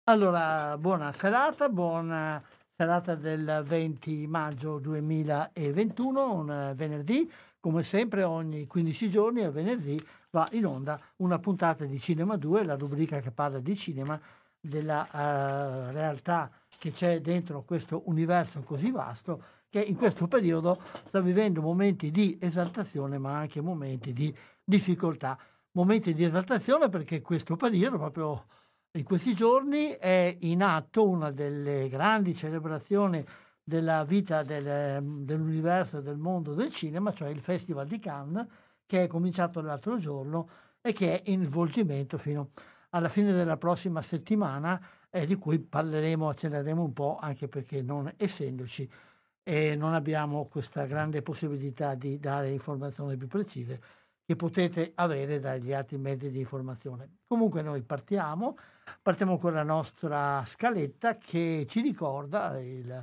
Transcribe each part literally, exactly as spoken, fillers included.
Allora, buona serata, buona serata del venti maggio duemilaventuno, un eh, venerdì. Come sempre, ogni quindici giorni, a venerdì, va in onda una puntata di Cinema due, la rubrica che parla di cinema, della eh, realtà che c'è dentro questo universo così vasto, che in questo periodo sta vivendo momenti di esaltazione, ma anche momenti di difficoltà. Momenti di esaltazione perché questo periodo, proprio in questi giorni, è in atto una delle grandi celebrazioni della vita del, dell'universo e del mondo del cinema, cioè il Festival di Cannes, che è cominciato l'altro giorno e che è in svolgimento fino alla fine della prossima settimana, e di cui parleremo, accenneremo un po', anche perché non essendoci e non abbiamo questa grande possibilità di dare informazioni più precise che potete avere dagli altri mezzi di informazione. Comunque noi partiamo, partiamo con la nostra scaletta che ci ricorda il,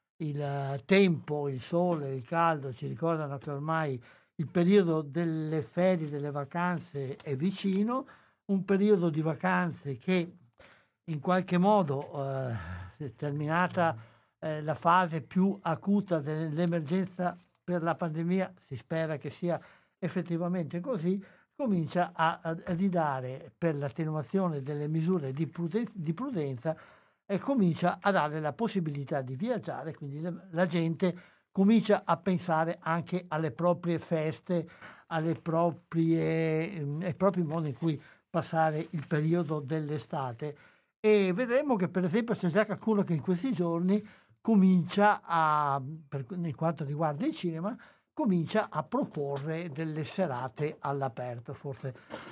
il tempo, il sole, il caldo, ci ricordano che ormai il periodo delle ferie, delle vacanze è vicino, un periodo di vacanze che in qualche modo, eh, terminata eh, la fase più acuta dell'emergenza per la pandemia, si spera che sia effettivamente così, comincia a, a, a ridare per l'attenuazione delle misure di prudenza, di prudenza e comincia a dare la possibilità di viaggiare, quindi la, la gente comincia a pensare anche alle proprie feste, alle proprie, ehm, ai propri modi in cui passare il periodo dell'estate. E vedremo che per esempio c'è già qualcuno che in questi giorni comincia a, per, in quanto riguarda il cinema, comincia a proporre delle serate all'aperto, forse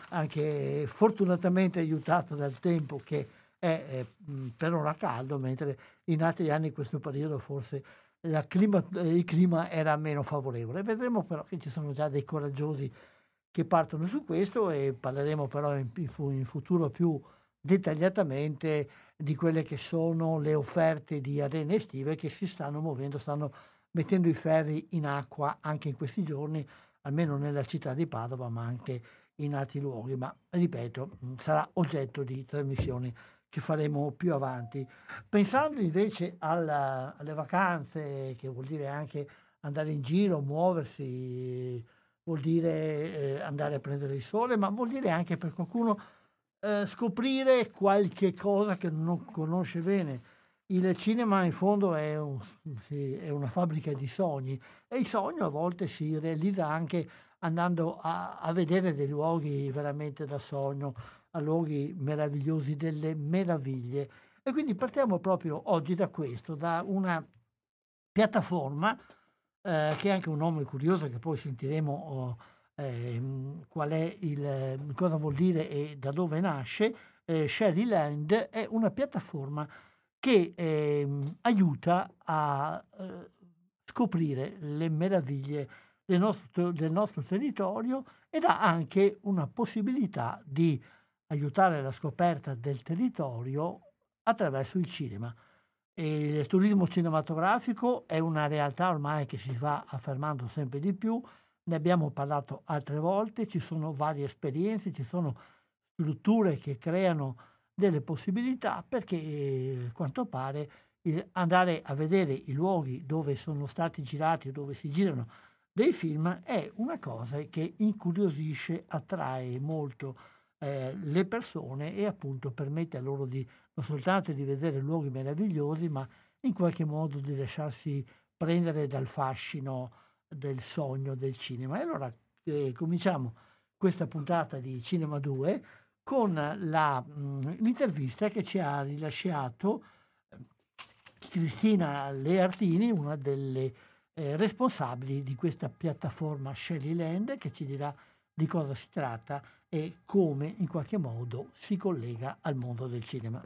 anche fortunatamente aiutato dal tempo che è eh, per ora caldo, mentre in altri anni in questo periodo forse la clima, il clima era meno favorevole. Vedremo però che ci sono già dei coraggiosi che partono su questo, e parleremo però in, in futuro più dettagliatamente di quelle che sono le offerte di arene estive che si stanno muovendo, stanno mettendo i ferri in acqua anche in questi giorni, almeno nella città di Padova, ma anche in altri luoghi. Ma ripeto, sarà oggetto di trasmissioni che faremo più avanti. Pensando invece alla, alle vacanze, che vuol dire anche andare in giro, muoversi, vuol dire eh, andare a prendere il sole, ma vuol dire anche per qualcuno eh, scoprire qualche cosa che non conosce bene. Il cinema in fondo è, un, sì, è una fabbrica di sogni, e il sogno a volte si realizza anche andando a, a vedere dei luoghi veramente da sogno, a luoghi meravigliosi, delle meraviglie. E quindi partiamo proprio oggi da questo, da una piattaforma eh, che è anche un nome curioso, che poi sentiremo oh, ehm, qual è il, cosa vuol dire e da dove nasce. eh, Sharyland è una piattaforma che ehm, aiuta a eh, scoprire le meraviglie del nostro, del nostro territorio, e dà anche una possibilità di aiutare la scoperta del territorio attraverso il cinema. E il turismo cinematografico è una realtà ormai che si va affermando sempre di più, ne abbiamo parlato altre volte, ci sono varie esperienze, ci sono strutture che creano delle possibilità, perché eh, a quanto pare il- andare a vedere i luoghi dove sono stati girati, dove si girano dei film, è una cosa che incuriosisce, attrae molto eh, le persone, e appunto permette a loro di non soltanto di vedere luoghi meravigliosi, ma in qualche modo di lasciarsi prendere dal fascino del sogno del cinema. E allora eh, cominciamo questa puntata di Cinema due con la, mh, l'intervista che ci ha rilasciato eh, Cristina Leartini, una delle eh, responsabili di questa piattaforma Shelleyland, che ci dirà di cosa si tratta e come in qualche modo si collega al mondo del cinema.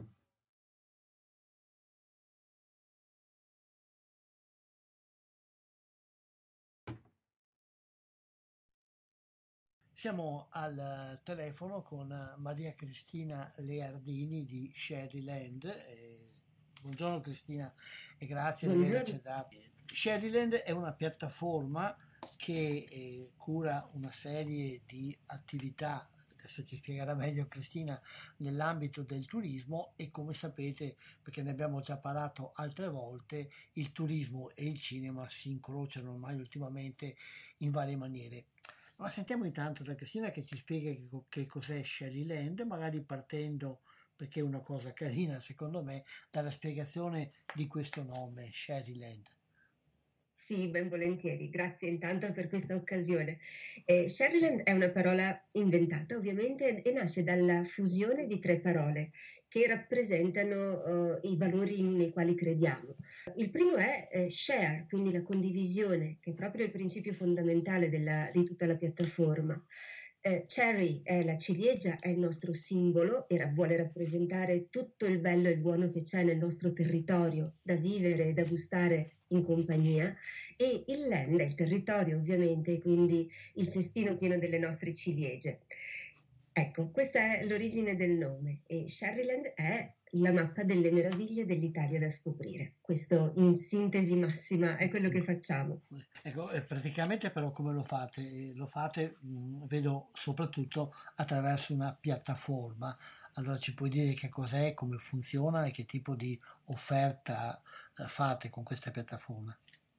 Siamo al telefono con Maria Cristina Leardini di Sharyland. Eh, buongiorno Cristina e grazie di averci dato. Sharyland è una piattaforma che eh, cura una serie di attività adesso ci spiegherà meglio Cristina, nell'ambito del turismo e come sapete, perché ne abbiamo già parlato altre volte, il turismo e il cinema si incrociano ormai ultimamente in varie maniere. Ma sentiamo intanto da Cristina che ci spiega che, co- che cos'è Sherryland, magari partendo, perché è una cosa carina secondo me, dalla spiegazione di questo nome, Sherryland. Sì, ben volentieri, grazie intanto per questa occasione. Eh, Sherryland è una parola inventata ovviamente e nasce dalla fusione di tre parole che rappresentano eh, i valori nei quali crediamo. Il primo è eh, share, quindi la condivisione, che è proprio il principio fondamentale della- di tutta la piattaforma. Eh, cherry è la ciliegia, è il nostro simbolo e ra- vuole rappresentare tutto il bello e il buono che c'è nel nostro territorio da vivere e da gustare in compagnia, e il land è il territorio ovviamente, quindi il cestino pieno delle nostre ciliegie. Ecco, questa è l'origine del nome e Sherryland è la mappa delle meraviglie dell'Italia da scoprire. Questo in sintesi massima è quello che facciamo. Ecco, e praticamente però come lo fate? Eh, Lo fate, mh, vedo, soprattutto attraverso una piattaforma. Allora ci puoi dire che cos'è, come funziona e che tipo di offerta eh, fate con questa piattaforma?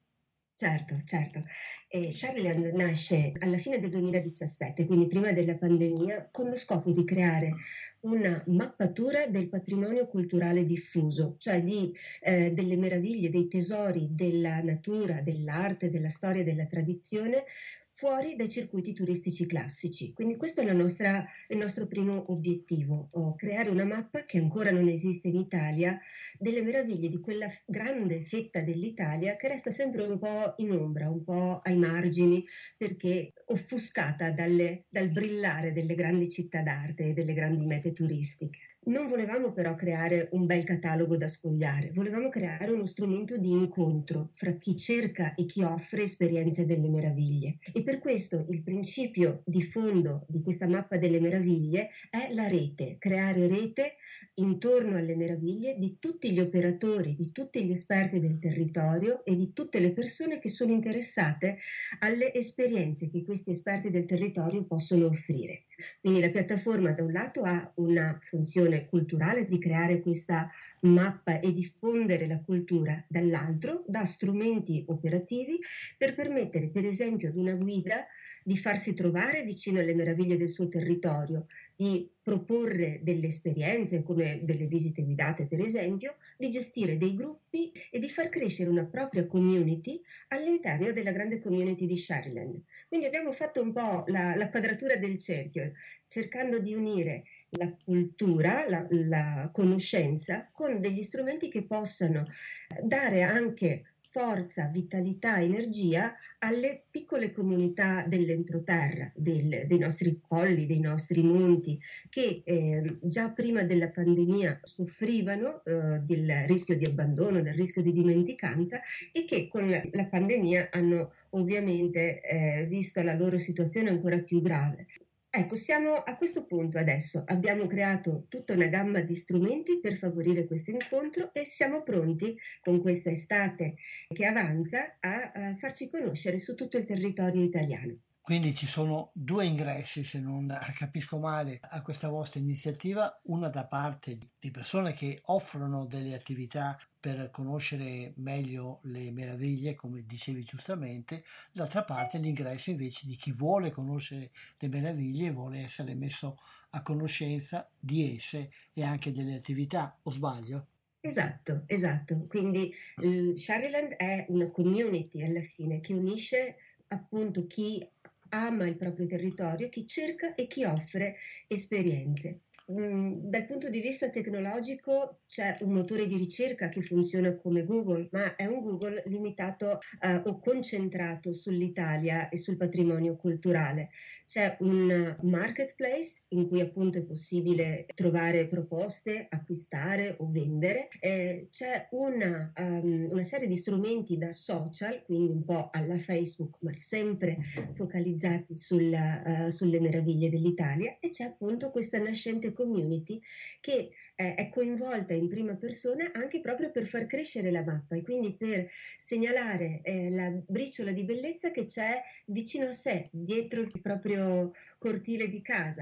Certo, certo. E Sherryland nasce alla fine del duemiladiciassette, quindi prima della pandemia, con lo scopo di creare una mappatura del patrimonio culturale diffuso, cioè di, eh, delle meraviglie, dei tesori della natura, dell'arte, della storia, della tradizione, fuori dai circuiti turistici classici. Quindi questo è la nostra, il nostro primo obiettivo, oh, creare una mappa che ancora non esiste in Italia delle meraviglie di quella f- grande fetta dell'Italia che resta sempre un po' in ombra, un po' ai margini, perché offuscata dalle- dal brillare delle grandi città d'arte e delle grandi mete turistiche. Non volevamo però creare un bel catalogo da sfogliare, volevamo creare uno strumento di incontro fra chi cerca e chi offre esperienze delle meraviglie. E per questo il principio di fondo di questa mappa delle meraviglie è la rete, creare rete intorno alle meraviglie di tutti gli operatori, di tutti gli esperti del territorio e di tutte le persone che sono interessate alle esperienze che questi esperti del territorio possono offrire. Quindi la piattaforma da un lato ha una funzione culturale di creare questa mappa e diffondere la cultura, dall'altro dà strumenti operativi per permettere per esempio ad una guida di farsi trovare vicino alle meraviglie del suo territorio, di proporre delle esperienze come delle visite guidate per esempio, di gestire dei gruppi e di far crescere una propria community all'interno della grande community di Sherryland. Quindi abbiamo fatto un po' la, la quadratura del cerchio, cercando di unire la cultura, la, la conoscenza con degli strumenti che possano dare anche forza, vitalità, energia alle piccole comunità dell'entroterra, del, dei nostri colli, dei nostri monti, che eh, già prima della pandemia soffrivano eh, del rischio di abbandono, del rischio di dimenticanza e che con la, la pandemia hanno ovviamente eh, visto la loro situazione ancora più grave. Ecco, siamo a questo punto adesso, abbiamo creato tutta una gamma di strumenti per favorire questo incontro e siamo pronti con questa estate che avanza a, a farci conoscere su tutto il territorio italiano. Quindi ci sono due ingressi, se non capisco male, a questa vostra iniziativa, una da parte di persone che offrono delle attività per conoscere meglio le meraviglie, come dicevi giustamente, d'altra parte l'ingresso invece di chi vuole conoscere le meraviglie e vuole essere messo a conoscenza di esse e anche delle attività, o sbaglio? Esatto, esatto. Quindi il Sherryland è una community alla fine che unisce appunto chi ama il proprio territorio, chi cerca e chi offre esperienze. Mm, Dal punto di vista tecnologico c'è un motore di ricerca che funziona come Google, ma è un Google limitato eh, o concentrato sull'Italia e sul patrimonio culturale. C'è un marketplace in cui appunto è possibile trovare proposte, acquistare o vendere. Eh, c'è una, um, una serie di strumenti da social, quindi un po' alla Facebook, ma sempre focalizzati sulla, uh, sulle meraviglie dell'Italia, e c'è appunto questa nascente community che eh, è coinvolta in prima persona anche proprio per far crescere la mappa e quindi per segnalare eh, la briciola di bellezza che c'è vicino a sé, dietro il proprio cortile di casa,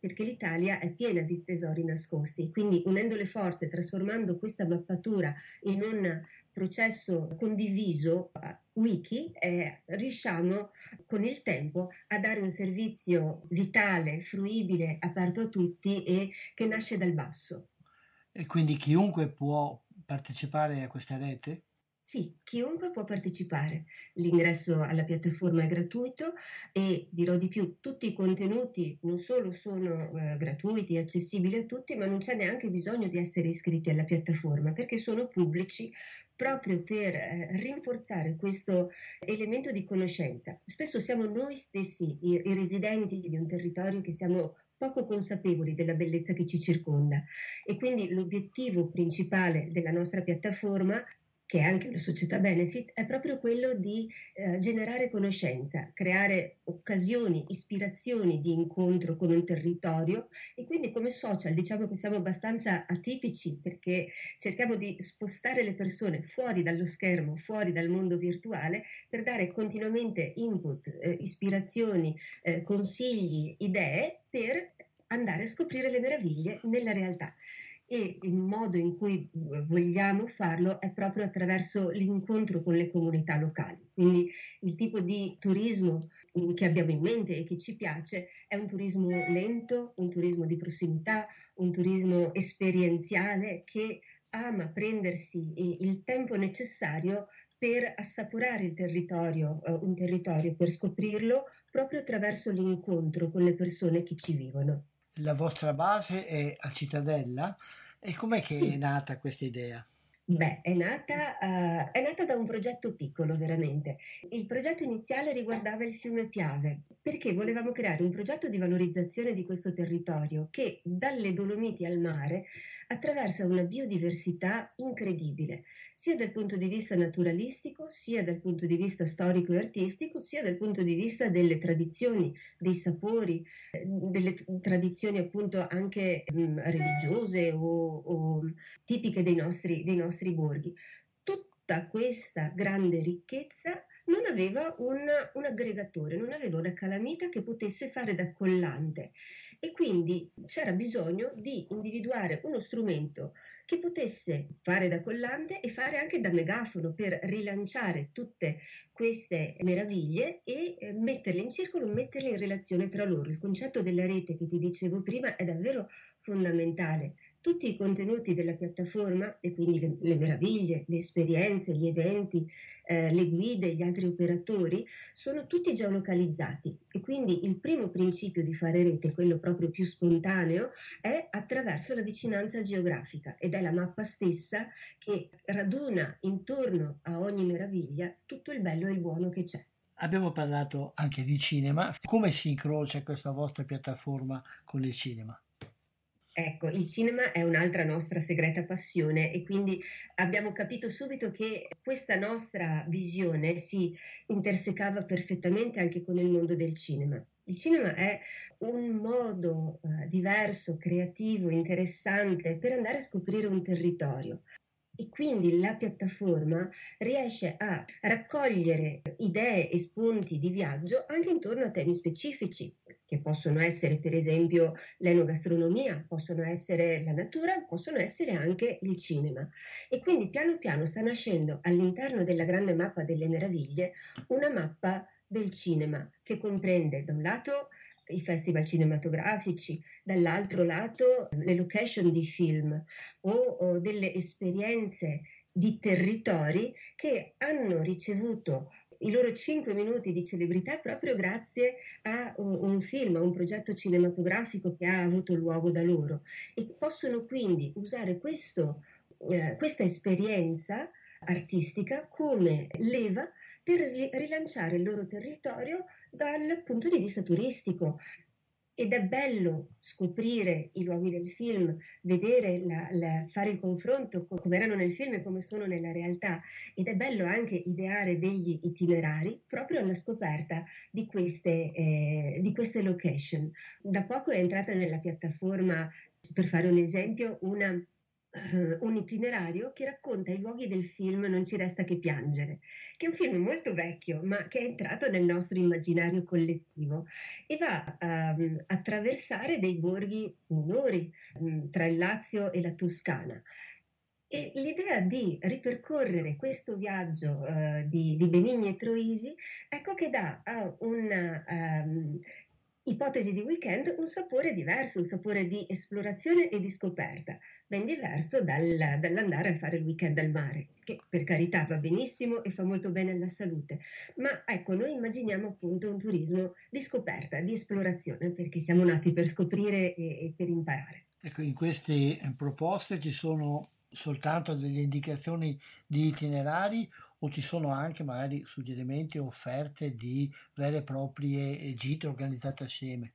perché l'Italia è piena di tesori nascosti, quindi unendo le forze, trasformando questa mappatura in un processo condiviso, uh, wiki, eh, riusciamo con il tempo a dare un servizio vitale, fruibile, aperto a tutti e che nasce dal basso. E quindi chiunque può partecipare a questa rete? Sì, chiunque può partecipare. L'ingresso alla piattaforma è gratuito e dirò di più, tutti i contenuti non solo sono eh, gratuiti e accessibili a tutti, ma non c'è neanche bisogno di essere iscritti alla piattaforma perché sono pubblici proprio per eh, rinforzare questo elemento di conoscenza. Spesso siamo noi stessi i, i residenti di un territorio che siamo poco consapevoli della bellezza che ci circonda e quindi l'obiettivo principale della nostra piattaforma, che è anche una società benefit, è proprio quello di eh, generare conoscenza, creare occasioni, ispirazioni di incontro con un territorio e quindi come social diciamo che siamo abbastanza atipici perché cerchiamo di spostare le persone fuori dallo schermo, fuori dal mondo virtuale per dare continuamente input, eh, ispirazioni, eh, consigli, idee per andare a scoprire le meraviglie nella realtà. E il modo in cui vogliamo farlo è proprio attraverso l'incontro con le comunità locali. Quindi il tipo di turismo che abbiamo in mente e che ci piace è un turismo lento, un turismo di prossimità, un turismo esperienziale che ama prendersi il tempo necessario per assaporare il territorio, un territorio, per scoprirlo proprio attraverso l'incontro con le persone che ci vivono. La vostra base è a Cittadella e com'è che sì. è nata questa idea? Beh, è nata, uh, è nata da un progetto piccolo veramente. Il progetto iniziale riguardava il fiume Piave, perché volevamo creare un progetto di valorizzazione di questo territorio che dalle Dolomiti al mare attraversa una biodiversità incredibile, sia dal punto di vista naturalistico, sia dal punto di vista storico e artistico, sia dal punto di vista delle tradizioni, dei sapori, delle tradizioni appunto anche mh, religiose o, o tipiche dei nostri, dei nostri borghi. Tutta questa grande ricchezza non aveva un, un aggregatore, non aveva una calamita che potesse fare da collante e quindi c'era bisogno di individuare uno strumento che potesse fare da collante e fare anche da megafono per rilanciare tutte queste meraviglie e eh, metterle in circolo, metterle in relazione tra loro. Il concetto della rete che ti dicevo prima è davvero fondamentale. Tutti i contenuti della piattaforma e quindi le, le meraviglie, le esperienze, gli eventi, eh, le guide, gli altri operatori sono tutti geolocalizzati e quindi il primo principio di fare rete, quello proprio più spontaneo, è attraverso la vicinanza geografica ed è la mappa stessa che raduna intorno a ogni meraviglia tutto il bello e il buono che c'è. Abbiamo parlato anche di cinema. Come si incrocia questa vostra piattaforma con il cinema? Ecco, il cinema è un'altra nostra segreta passione e quindi abbiamo capito subito che questa nostra visione si intersecava perfettamente anche con il mondo del cinema. Il cinema è un modo uh, diverso, creativo, interessante per andare a scoprire un territorio. E quindi la piattaforma riesce a raccogliere idee e spunti di viaggio anche intorno a temi specifici, che possono essere per esempio l'enogastronomia, possono essere la natura, possono essere anche il cinema. E quindi piano piano sta nascendo all'interno della grande mappa delle meraviglie una mappa del cinema che comprende da un lato i festival cinematografici, dall'altro lato le location di film o, o delle esperienze di territori che hanno ricevuto i loro cinque minuti di celebrità proprio grazie a un film, a un progetto cinematografico che ha avuto luogo da loro e possono quindi usare questo, eh, questa esperienza artistica come leva per rilanciare il loro territorio dal punto di vista turistico. Ed è bello scoprire i luoghi del film, vedere, la, la, fare il confronto con come erano nel film e come sono nella realtà. Ed è bello anche ideare degli itinerari proprio alla scoperta di queste, eh, di queste location. Da poco è entrata nella piattaforma, per fare un esempio, una uh, un itinerario che racconta i luoghi del film Non ci resta che piangere, che è un film molto vecchio, ma che è entrato nel nostro immaginario collettivo e va a um, attraversare dei borghi minori um, tra il Lazio e la Toscana. E l'idea di ripercorrere questo viaggio uh, di, di Benigni e Troisi, ecco che dà a una um, ipotesi di weekend un sapore diverso, un sapore di esplorazione e di scoperta, ben diverso dal, dall'andare a fare il weekend al mare, che per carità va benissimo e fa molto bene alla salute, ma ecco, noi immaginiamo appunto un turismo di scoperta, di esplorazione, perché siamo nati per scoprire e, e per imparare. Ecco, in queste eh, proposte ci sono soltanto delle indicazioni di itinerari o ci sono anche magari suggerimenti o offerte di vere e proprie eh, gite organizzate assieme?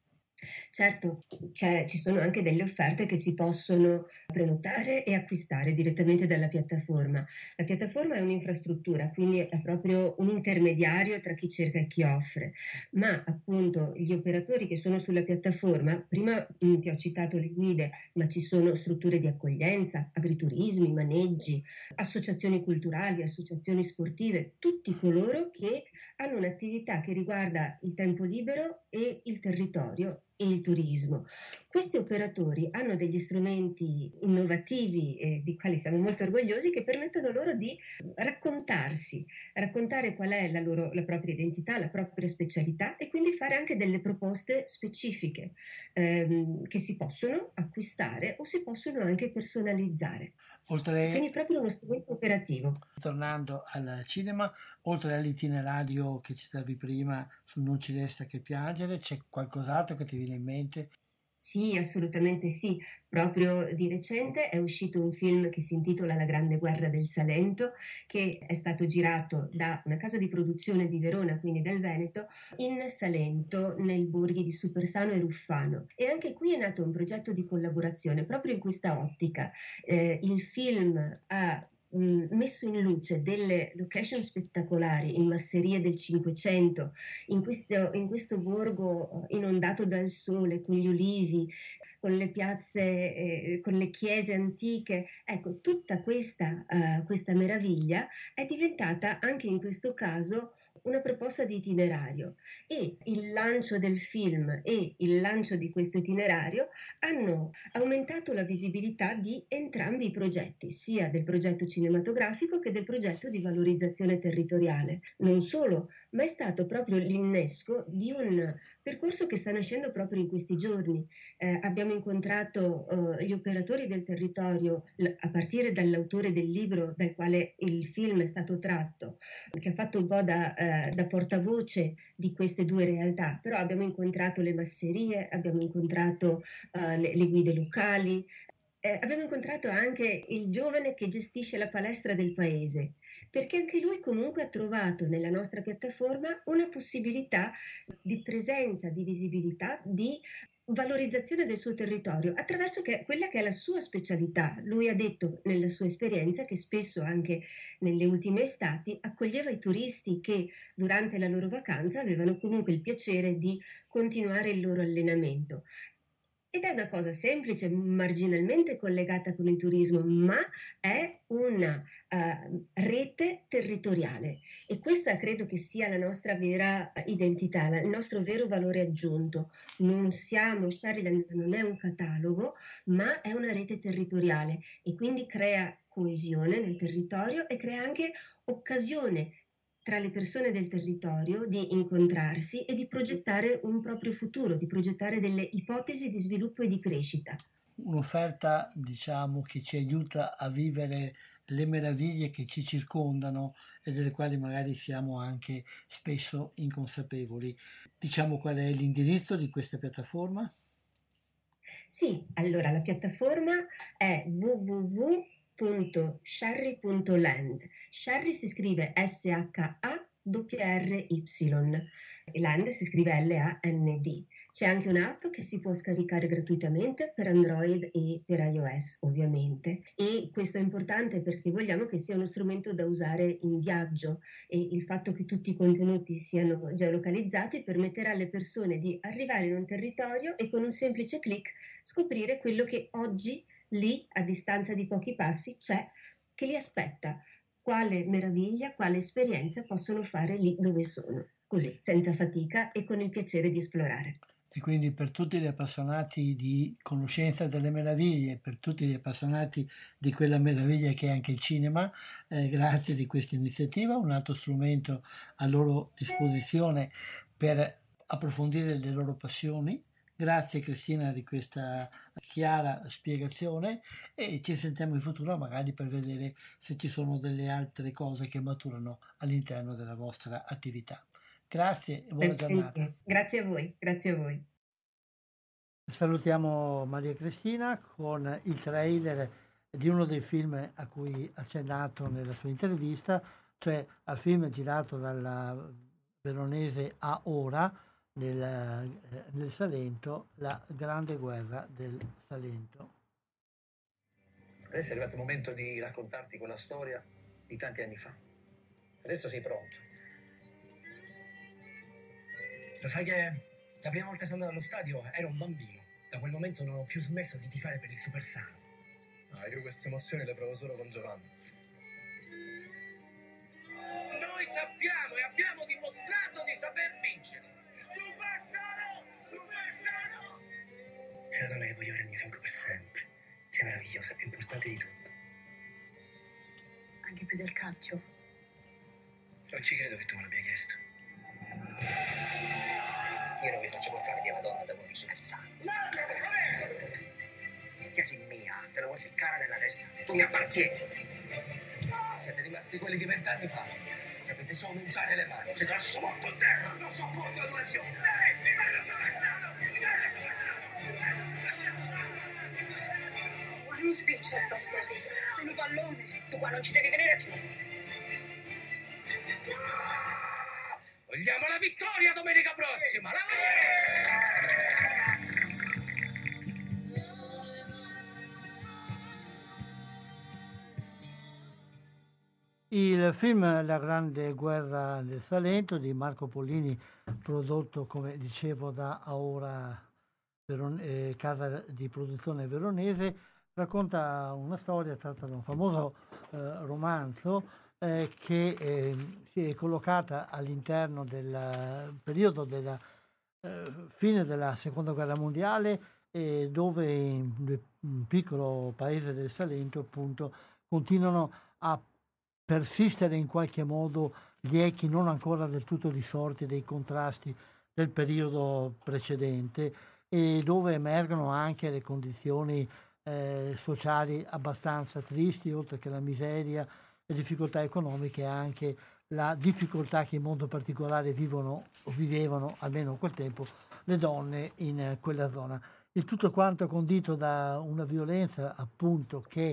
Certo, c'è- ci sono anche delle offerte che si possono prenotare e acquistare direttamente dalla piattaforma. La piattaforma è un'infrastruttura, quindi è proprio un intermediario tra chi cerca e chi offre, ma appunto gli operatori che sono sulla piattaforma, prima mh, ti ho citato le guide, ma ci sono strutture di accoglienza, agriturismi, maneggi, associazioni culturali, associazioni sportive, tutti coloro che hanno un'attività che riguarda il tempo libero e il territorio e il turismo. Questi operatori hanno degli strumenti innovativi e di quali siamo molto orgogliosi che permettono loro di raccontarsi, raccontare qual è la loro la propria identità, la propria specialità e quindi fare anche delle proposte specifiche ehm, che si possono acquistare o si possono anche personalizzare. Oltre, Quindi è proprio uno strumento operativo. tornando al cinema, oltre all'itinerario che citavi prima su Non ci resta che piangere, c'è qualcos'altro che ti viene in mente? Sì, assolutamente sì. Proprio di recente è uscito un film che si intitola La grande guerra del Salento, che è stato girato da una casa di produzione di Verona, quindi del Veneto, in Salento, nei borghi di Supersano e Ruffano. E anche qui è nato un progetto di collaborazione proprio in questa ottica. Eh, il film ha mh, messo in luce delle location spettacolari in masserie del Cinquecento, in questo, in questo borgo eh, inondato dal sole, con gli ulivi, con le piazze, eh, con le chiese antiche. Ecco, tutta questa, eh, questa meraviglia è diventata anche in questo caso una proposta di itinerario e il lancio del film e il lancio di questo itinerario hanno aumentato la visibilità di entrambi i progetti, sia del progetto cinematografico che del progetto di valorizzazione territoriale. Non solo, ma è stato proprio l'innesco di un percorso che sta nascendo proprio in questi giorni. Eh, abbiamo incontrato eh, gli operatori del territorio l- a partire dall'autore del libro dal quale il film è stato tratto, che ha fatto un po' da, eh, da portavoce di queste due realtà, però abbiamo incontrato le masserie, abbiamo incontrato eh, le, le guide locali, eh, abbiamo incontrato anche il giovane che gestisce la palestra del paese, perché anche lui comunque ha trovato nella nostra piattaforma una possibilità di presenza, di visibilità, di valorizzazione del suo territorio attraverso che, quella che è la sua specialità. Lui ha detto nella sua esperienza che spesso anche nelle ultime estati accoglieva i turisti che durante la loro vacanza avevano comunque il piacere di continuare il loro allenamento. Ed è una cosa semplice, marginalmente collegata con il turismo, ma è una uh, rete territoriale e questa credo che sia la nostra vera identità, il nostro vero valore aggiunto. Non siamo, Shariland non è un catalogo, ma è una rete territoriale e quindi crea coesione nel territorio e crea anche occasione tra le persone del territorio di incontrarsi e di progettare un proprio futuro, di progettare delle ipotesi di sviluppo e di crescita. Un'offerta, diciamo, che ci aiuta a vivere le meraviglie che ci circondano e delle quali magari siamo anche spesso inconsapevoli. Diciamo qual è l'indirizzo di questa piattaforma? Sì, allora la piattaforma è w w w punto sharry punto land. Sharry si scrive S H A R R Y e Land si scrive L A N D. C'è anche un'app che si può scaricare gratuitamente per Android e per iOS, ovviamente. E questo è importante perché vogliamo che sia uno strumento da usare in viaggio e il fatto che tutti i contenuti siano geolocalizzati permetterà alle persone di arrivare in un territorio e con un semplice clic scoprire quello che oggi lì, a distanza di pochi passi, c'è che li aspetta. Quale meraviglia, quale esperienza possono fare lì dove sono, così, senza fatica e con il piacere di esplorare. E quindi per tutti gli appassionati di conoscenza delle meraviglie, per tutti gli appassionati di quella meraviglia che è anche il cinema, eh, grazie di questa iniziativa, un altro strumento a loro disposizione per approfondire le loro passioni. Grazie Cristina di questa chiara spiegazione e ci sentiamo in futuro magari per vedere se ci sono delle altre cose che maturano all'interno della vostra attività. Grazie e buona giornata. Grazie a voi, grazie a voi. Salutiamo Maria Cristina con il trailer di uno dei film a cui ha accennato nella sua intervista, cioè al film girato dalla veronese Aora nel, eh, nel Salento, La Grande Guerra del Salento. Adesso è arrivato il momento di raccontarti quella storia di tanti anni fa. Adesso sei pronto. Lo sai che la prima volta che sono andato allo stadio ero un bambino. Da quel momento non ho più smesso di tifare per il Super Sano. Ah, io queste emozioni le provo solo con Giovanni. Noi sappiamo e abbiamo dimostrato di saper vincere. Super Sano! Super Sano! Sei la donna che voglio avere al mio fianco per sempre. Sei meravigliosa, più importante di tutto. Anche più del calcio? Non ci credo che tu me l'abbia chiesto. Io non mi faccio portare via la donna da quando sono alzato. No, chiasi mia, te lo vuoi ficcare nella testa? Tu mi appartieni. Siete rimasti quelli di vent'anni fa. Sapete solo usare le mani. Siete lasciamo a terra. Non sopporto la durazione. Ma non spiccia sta storia. È un pallone. Tu qua non ci devi venire più. Vogliamo la vittoria domenica prossima! La Il film La Grande Guerra del Salento di Marco Pollini, prodotto come dicevo da Aora Veron- eh, casa di produzione veronese, racconta una storia tratta da un famoso eh, romanzo eh, che eh, si è collocata all'interno del periodo della eh, fine della seconda guerra mondiale e dove in un piccolo paese del Salento appunto continuano a persistere in qualche modo gli echi non ancora del tutto risorti dei contrasti del periodo precedente e dove emergono anche le condizioni eh, sociali abbastanza tristi, oltre che la miseria, le difficoltà economiche e anche la difficoltà che in modo particolare vivono o vivevano, almeno a quel tempo, le donne in eh, quella zona. Il tutto quanto condito da una violenza appunto che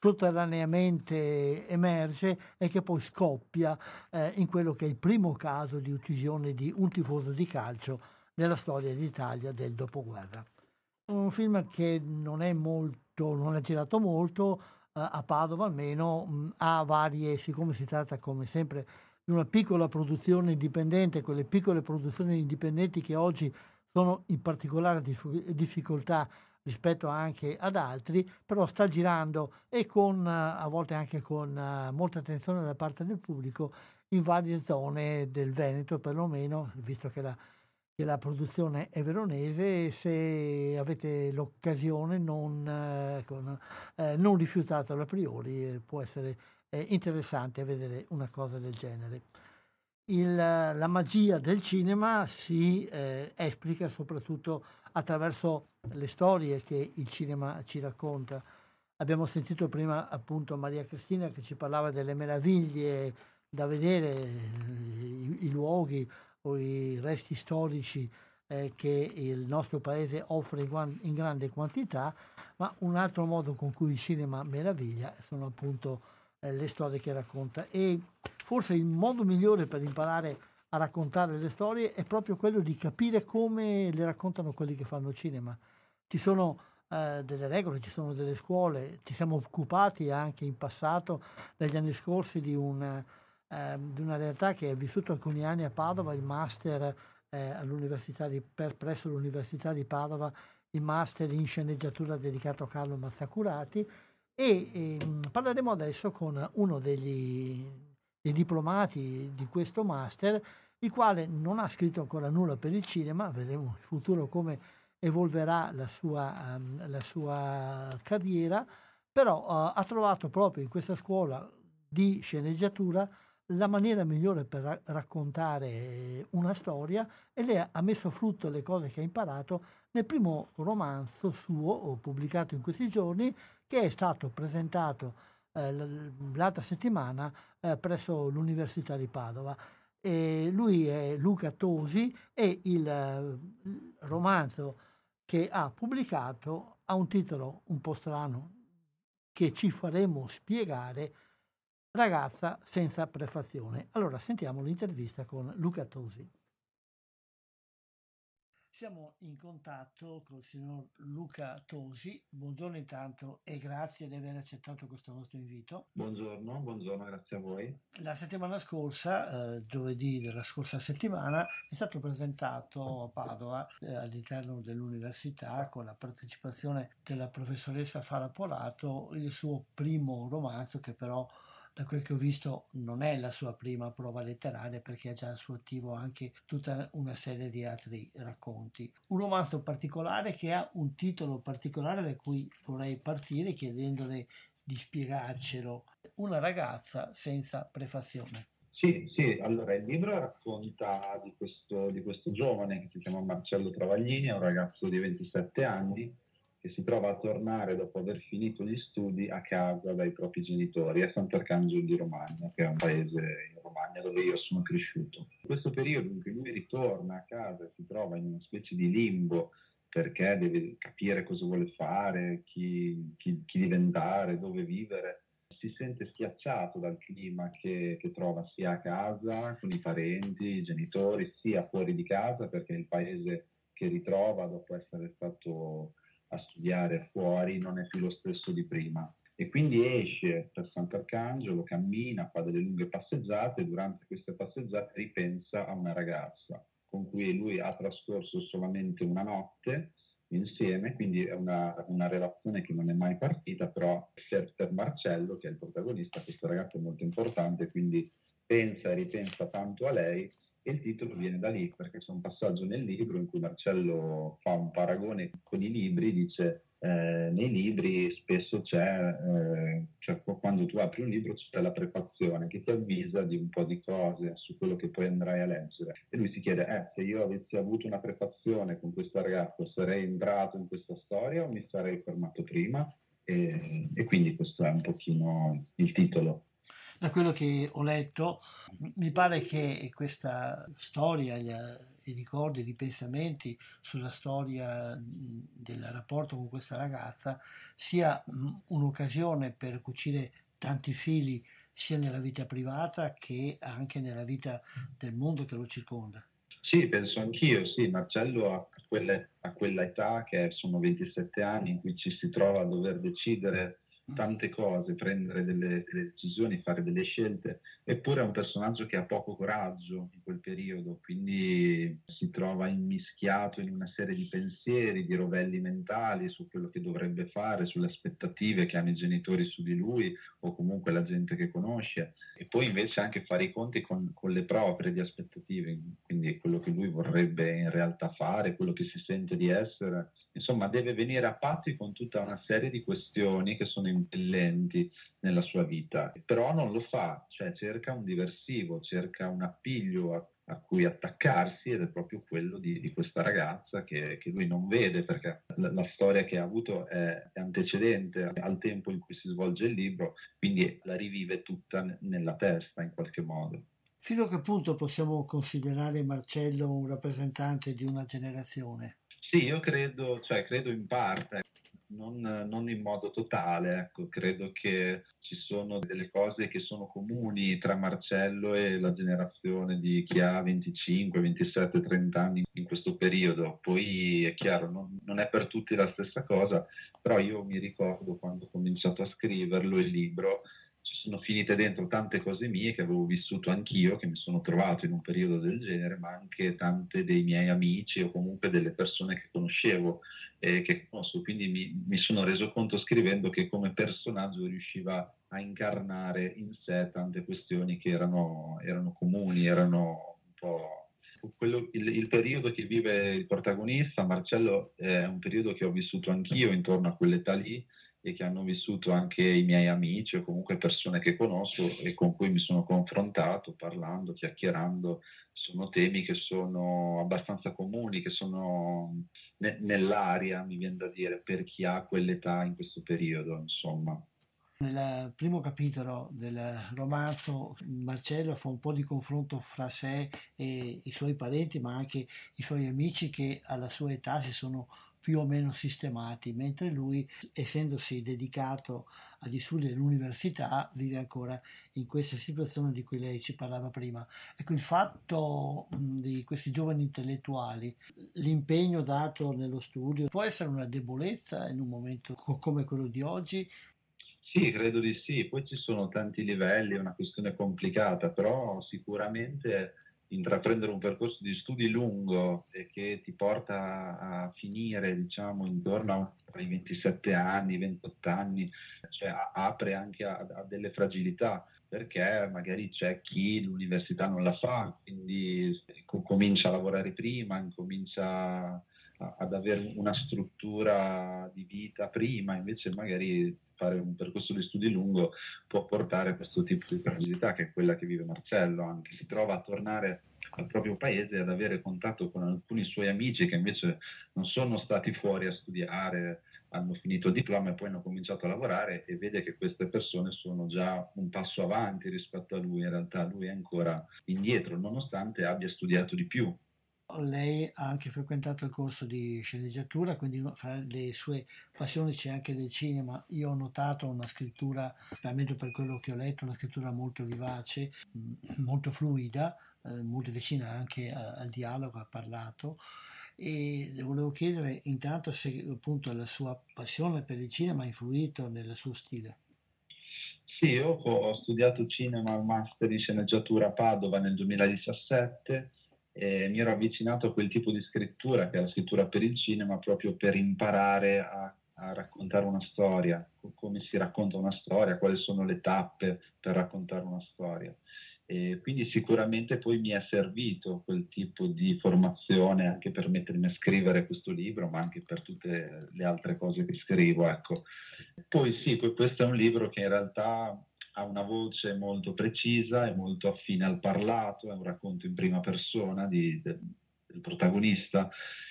sotterraneamente emerge e che poi scoppia eh, in quello che è il primo caso di uccisione di un tifoso di calcio nella storia d'Italia del dopoguerra. Un film che non è molto, non è girato molto, eh, a Padova almeno, mh, ha varie, siccome si tratta come sempre di una piccola produzione indipendente, quelle piccole produzioni indipendenti che oggi sono in particolare dif- difficoltà rispetto anche ad altri, però sta girando e con, a volte anche con uh, molta attenzione da parte del pubblico in varie zone del Veneto, perlomeno, visto che la, che la produzione è veronese, se avete l'occasione non, eh, con, eh, non rifiutatelo a priori, eh, può essere eh, interessante vedere una cosa del genere. Il, la magia del cinema si eh, esplica soprattutto attraverso le storie che il cinema ci racconta. Abbiamo sentito prima appunto Maria Cristina che ci parlava delle meraviglie da vedere, i, i luoghi o i resti storici eh, che il nostro paese offre in, in grande quantità, ma un altro modo con cui il cinema meraviglia sono appunto eh, le storie che racconta. E forse il modo migliore per imparare a raccontare le storie è proprio quello di capire come le raccontano quelli che fanno cinema. Ci sono eh, delle regole, ci sono delle scuole, ci siamo occupati anche in passato, negli anni scorsi, di, un, eh, di una realtà che ha vissuto alcuni anni a Padova, il master eh, all'università di, per, presso l'Università di Padova il master in sceneggiatura dedicato a Carlo Mazzacurati e, e parleremo adesso con uno degli, dei diplomati di questo master, il quale non ha scritto ancora nulla per il cinema, vedremo in futuro come evolverà la sua, um, la sua carriera, però uh, ha trovato proprio in questa scuola di sceneggiatura la maniera migliore per ra- raccontare una storia e lei ha messo a frutto le cose che ha imparato nel primo romanzo suo, pubblicato in questi giorni, che è stato presentato eh, l'altra settimana eh, presso l'Università di Padova. E lui è Luca Tosi e il, eh, il romanzo che ha pubblicato ha un titolo un po' strano che ci faremo spiegare: Ragazza senza prefazione. Allora sentiamo l'intervista con Luca Tosi. Siamo in contatto col signor Luca Tosi. Buongiorno intanto e grazie di aver accettato questo nostro invito. Buongiorno, buongiorno, grazie a voi. La settimana scorsa, eh, giovedì della scorsa settimana, è stato presentato a Padova eh, all'interno dell'università con la partecipazione della professoressa Fara Polato il suo primo romanzo, che però da quel che ho visto non è la sua prima prova letteraria, perché ha già al suo attivo anche tutta una serie di altri racconti. Un romanzo particolare che ha un titolo particolare da cui vorrei partire chiedendole di spiegarcelo: Una ragazza senza prefazione. Sì, sì, allora il libro racconta di questo, di questo giovane che si chiama Marcello Travaglini, è un ragazzo di ventisette anni che si trova a tornare dopo aver finito gli studi a casa dai propri genitori a Sant'Arcangelo di Romagna, che è un paese in Romagna dove io sono cresciuto. In questo periodo in cui lui ritorna a casa si trova in una specie di limbo, perché deve capire cosa vuole fare, chi, chi, chi diventare, dove vivere. Si sente schiacciato dal clima che, che trova sia a casa, con i parenti, i genitori, sia fuori di casa, perché il paese che ritrova dopo essere stato a studiare fuori non è più lo stesso di prima. E quindi esce per Sant'Arcangelo, cammina, fa delle lunghe passeggiate e durante queste passeggiate ripensa a una ragazza con cui lui ha trascorso solamente una notte insieme, quindi è una, una relazione che non è mai partita, però per, per Marcello, che è il protagonista, questo ragazzo è molto importante, quindi pensa e ripensa tanto a lei, e il titolo viene da lì, perché c'è un passaggio nel libro in cui Marcello fa un paragone con i libri, dice eh, nei libri spesso c'è, eh, cioè quando tu apri un libro c'è la prefazione che ti avvisa di un po' di cose su quello che poi andrai a leggere, e lui si chiede eh, se io avessi avuto una prefazione con questa ragazza sarei entrato in questa storia o mi sarei fermato prima, e, e quindi questo è un pochino il titolo. Da quello che ho letto, mi pare che questa storia, gli, i ricordi, i ripensamenti sulla storia del rapporto con questa ragazza sia un'occasione per cucire tanti fili sia nella vita privata che anche nella vita del mondo che lo circonda. Sì, penso anch'io, sì, Marcello ha quelle, a quella età, che sono ventisette anni, in cui ci si trova a dover decidere tante cose, prendere delle, delle decisioni, fare delle scelte, eppure è un personaggio che ha poco coraggio in quel periodo, quindi si trova immischiato in una serie di pensieri, di rovelli mentali su quello che dovrebbe fare, sulle aspettative che hanno i genitori su di lui o comunque la gente che conosce, e poi invece anche fare i conti con, con le proprie di aspettative, quindi quello che lui vorrebbe in realtà fare, quello che si sente di essere. Insomma, deve venire a patti con tutta una serie di questioni che sono impellenti nella sua vita, però non lo fa, cioè cerca un diversivo, cerca un appiglio a, a cui attaccarsi, ed è proprio quello di, di questa ragazza che, che lui non vede, perché la, la storia che ha avuto è, è antecedente al tempo in cui si svolge il libro, quindi la rivive tutta nella testa in qualche modo. Fino a che punto possiamo considerare Marcello un rappresentante di una generazione? Sì, io credo, cioè credo in parte, non, non in modo totale, ecco, credo che ci sono delle cose che sono comuni tra Marcello e la generazione di chi ha venticinque, ventisette, trenta anni in questo periodo. Poi è chiaro, non, non è per tutti la stessa cosa, però io mi ricordo quando ho cominciato a scriverlo il libro, sono finite dentro tante cose mie che avevo vissuto anch'io, che mi sono trovato in un periodo del genere, ma anche tante dei miei amici o comunque delle persone che conoscevo eh, che conosco, quindi mi, mi sono reso conto scrivendo che come personaggio riusciva a incarnare in sé tante questioni che erano, erano comuni, erano un po'... Quello, il, il periodo che vive il protagonista, Marcello, è un periodo che ho vissuto anch'io intorno a quell'età lì e che hanno vissuto anche i miei amici o comunque persone che conosco e con cui mi sono confrontato parlando, chiacchierando. Sono temi che sono abbastanza comuni, che sono ne- nell'aria, mi viene da dire, per chi ha quell'età in questo periodo, insomma. Nel primo capitolo del romanzo Marcello fa un po' di confronto fra sé e i suoi parenti, ma anche i suoi amici che alla sua età si sono più o meno sistemati, mentre lui, essendosi dedicato agli studi dell'università, vive ancora in questa situazione di cui lei ci parlava prima. Ecco, il fatto mh, di questi giovani intellettuali, l'impegno dato nello studio, può essere una debolezza in un momento co- come quello di oggi. Sì, credo di sì. Poi ci sono tanti livelli, è una questione complicata, però sicuramente intraprendere un percorso di studi lungo e che ti porta a finire, diciamo, intorno ai ventisette anni, ventotto anni, cioè a- apre anche a, a delle fragilità, perché magari c'è chi l'università non la fa, quindi co- comincia a lavorare prima, comincia a- ad avere una struttura di vita prima, invece magari fare un percorso di studi lungo può portare a questo tipo di fragilità, che è quella che vive Marcello, anche si trova a tornare al proprio paese e ad avere contatto con alcuni suoi amici che invece non sono stati fuori a studiare, hanno finito il diploma e poi hanno cominciato a lavorare, e vede che queste persone sono già un passo avanti rispetto a lui. In realtà lui è ancora indietro, nonostante abbia studiato di più. Lei ha anche frequentato il corso di sceneggiatura, quindi fra le sue passioni c'è anche del cinema. Io ho notato una scrittura, almeno per quello che ho letto, una scrittura molto vivace, mh, molto fluida, eh, molto vicina anche a- al dialogo, ha parlato. E le volevo chiedere intanto se appunto la sua passione per il cinema ha influito nel suo stile. Sì, io ho studiato cinema al master in sceneggiatura a Padova nel duemiladiciassette e mi ero avvicinato a quel tipo di scrittura, che è la scrittura per il cinema, proprio per imparare a, a raccontare una storia, co- come si racconta una storia, quali sono le tappe per raccontare una storia. E quindi sicuramente poi mi è servito quel tipo di formazione anche per mettermi a scrivere questo libro, ma anche per tutte le altre cose che scrivo, ecco. Poi sì, que- questo è un libro che in realtà ha una voce molto precisa e molto affine al parlato, è un racconto in prima persona di- del, del protagonista,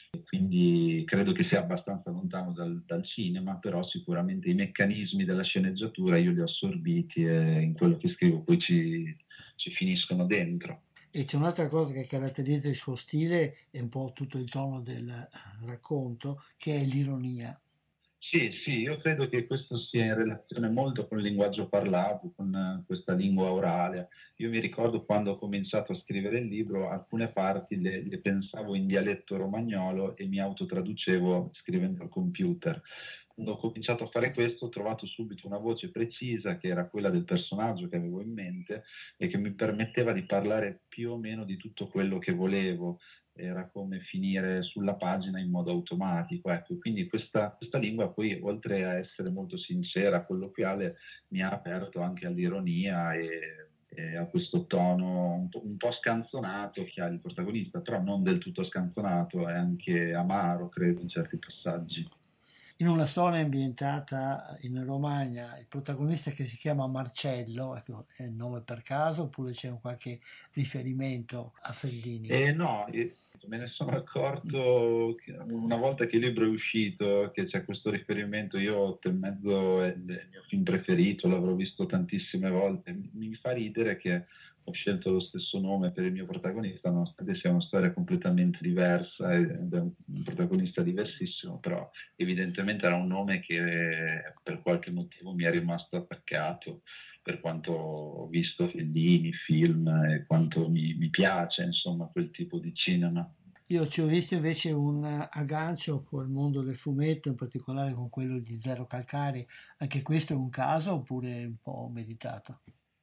quindi credo che sia abbastanza lontano dal, dal cinema, però sicuramente i meccanismi della sceneggiatura io li ho assorbiti e in quello che scrivo poi ci, ci finiscono dentro. E c'è un'altra cosa che caratterizza il suo stile e un po' tutto il tono del racconto, che è l'ironia. Sì, sì, io credo che questo sia in relazione molto con il linguaggio parlato, con eh, questa lingua orale. Io mi ricordo quando ho cominciato a scrivere il libro, alcune parti le, le pensavo in dialetto romagnolo e mi autotraducevo scrivendo al computer. Quando ho cominciato a fare questo, ho trovato subito una voce precisa, che era quella del personaggio che avevo in mente e che mi permetteva di parlare più o meno di tutto quello che volevo. Era come finire sulla pagina in modo automatico, ecco. Quindi questa, questa lingua poi, oltre a essere molto sincera, colloquiale, mi ha aperto anche all'ironia e, e a questo tono un po', un po' scanzonato che ha il protagonista, però non del tutto scanzonato, è anche amaro, credo, in certi passaggi. In una storia ambientata in Romagna, il protagonista che si chiama Marcello, ecco, è il nome per caso oppure c'è un qualche riferimento a Fellini? E no, io me ne sono accorto che una volta che il libro è uscito, che c'è questo riferimento. Io, Otto e mezzo è il mio film preferito, l'avrò visto tantissime volte. Mi mi fa ridere che ho scelto lo stesso nome per il mio protagonista, nonostante sia una storia completamente diversa ed è un un protagonista diversissimo, però evidentemente era un nome che per qualche motivo mi è rimasto attaccato, per quanto ho visto Fellini, film e quanto mi, mi piace, insomma, quel tipo di cinema. Io ci ho visto invece un aggancio col mondo del fumetto, in particolare con quello di Zero Calcari. Anche questo è un caso oppure un po' meditato?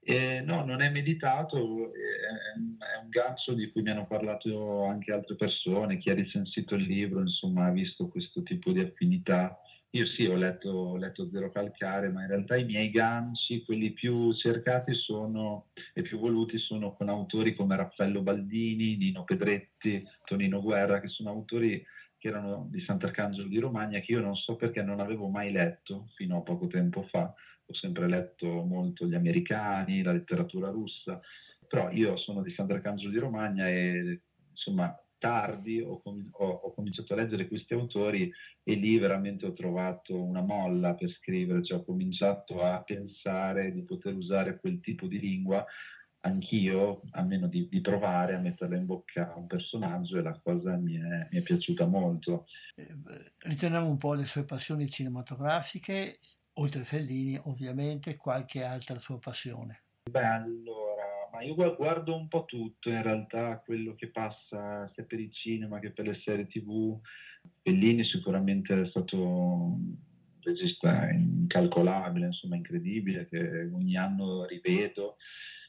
Eh, no, non è meditato, è, è un gancio di cui mi hanno parlato anche altre persone, chi ha recensito il libro, insomma, ha visto questo tipo di affinità. Io sì, ho letto, ho letto Zero Calcare, ma in realtà i miei ganci, quelli più cercati sono e più voluti, sono con autori come Raffaello Baldini, Nino Pedretti, Tonino Guerra, che sono autori che erano di Sant'Arcangelo di Romagna, che io non so perché non avevo mai letto fino a poco tempo fa. Ho sempre letto molto gli americani, la letteratura russa, però io sono di Sant'Arcangelo di Romagna e insomma tardi ho, com- ho, ho cominciato a leggere questi autori e lì veramente ho trovato una molla per scrivere, cioè ho cominciato a pensare di poter usare quel tipo di lingua anch'io, almeno di, di provare a metterla in bocca a un personaggio, e la cosa mi è, mi è piaciuta molto. Eh, ritorniamo un po' alle sue passioni cinematografiche, oltre a Fellini ovviamente, qualche altra sua passione. Beh, allora, ma io guardo un po' tutto in realtà, quello che passa sia per il cinema che per le serie tivù. Fellini sicuramente è stato un regista incalcolabile, insomma incredibile, che ogni anno rivedo.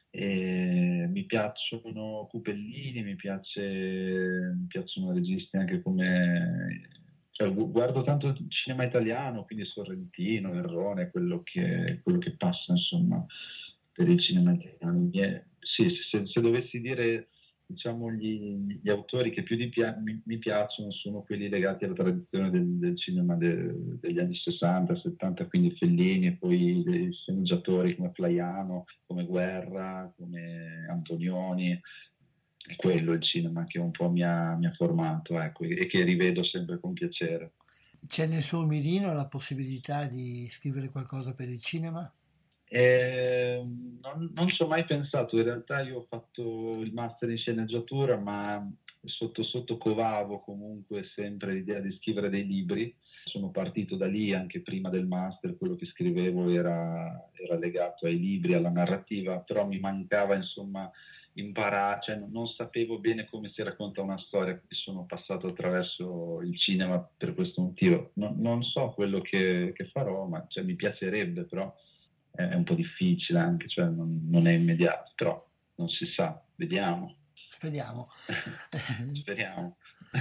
E mi piacciono Cupellini, mi, piace, mi piacciono registi anche come... Cioè, guardo tanto il cinema italiano, quindi Sorrentino, Errone, quello che, quello che passa, insomma, per il cinema italiano. Sì, se, se dovessi dire, diciamo, gli, gli autori che più di pia- mi, mi piacciono sono quelli legati alla tradizione del, del cinema de, degli anni sessanta, settanta, quindi Fellini, e poi dei sceneggiatori come Flaiano, come Guerra, come Antonioni. È quello il cinema che un po' mi ha, mi ha formato, ecco, e che rivedo sempre con piacere. C'è nel suo mirino la possibilità di scrivere qualcosa per il cinema? Eh, non, non ci ho mai pensato, in realtà io ho fatto il master in sceneggiatura, ma sotto sotto covavo comunque sempre l'idea di scrivere dei libri. Sono partito da lì, anche prima del master, quello che scrivevo era, era legato ai libri, alla narrativa, però mi mancava insomma imparare, cioè non, non sapevo bene come si racconta una storia, quindi sono passato attraverso il cinema per questo motivo. Non, non so quello che, che farò, ma cioè, mi piacerebbe, però è un po' difficile anche, cioè non, non è immediato, però non si sa, vediamo. Speriamo. Speriamo.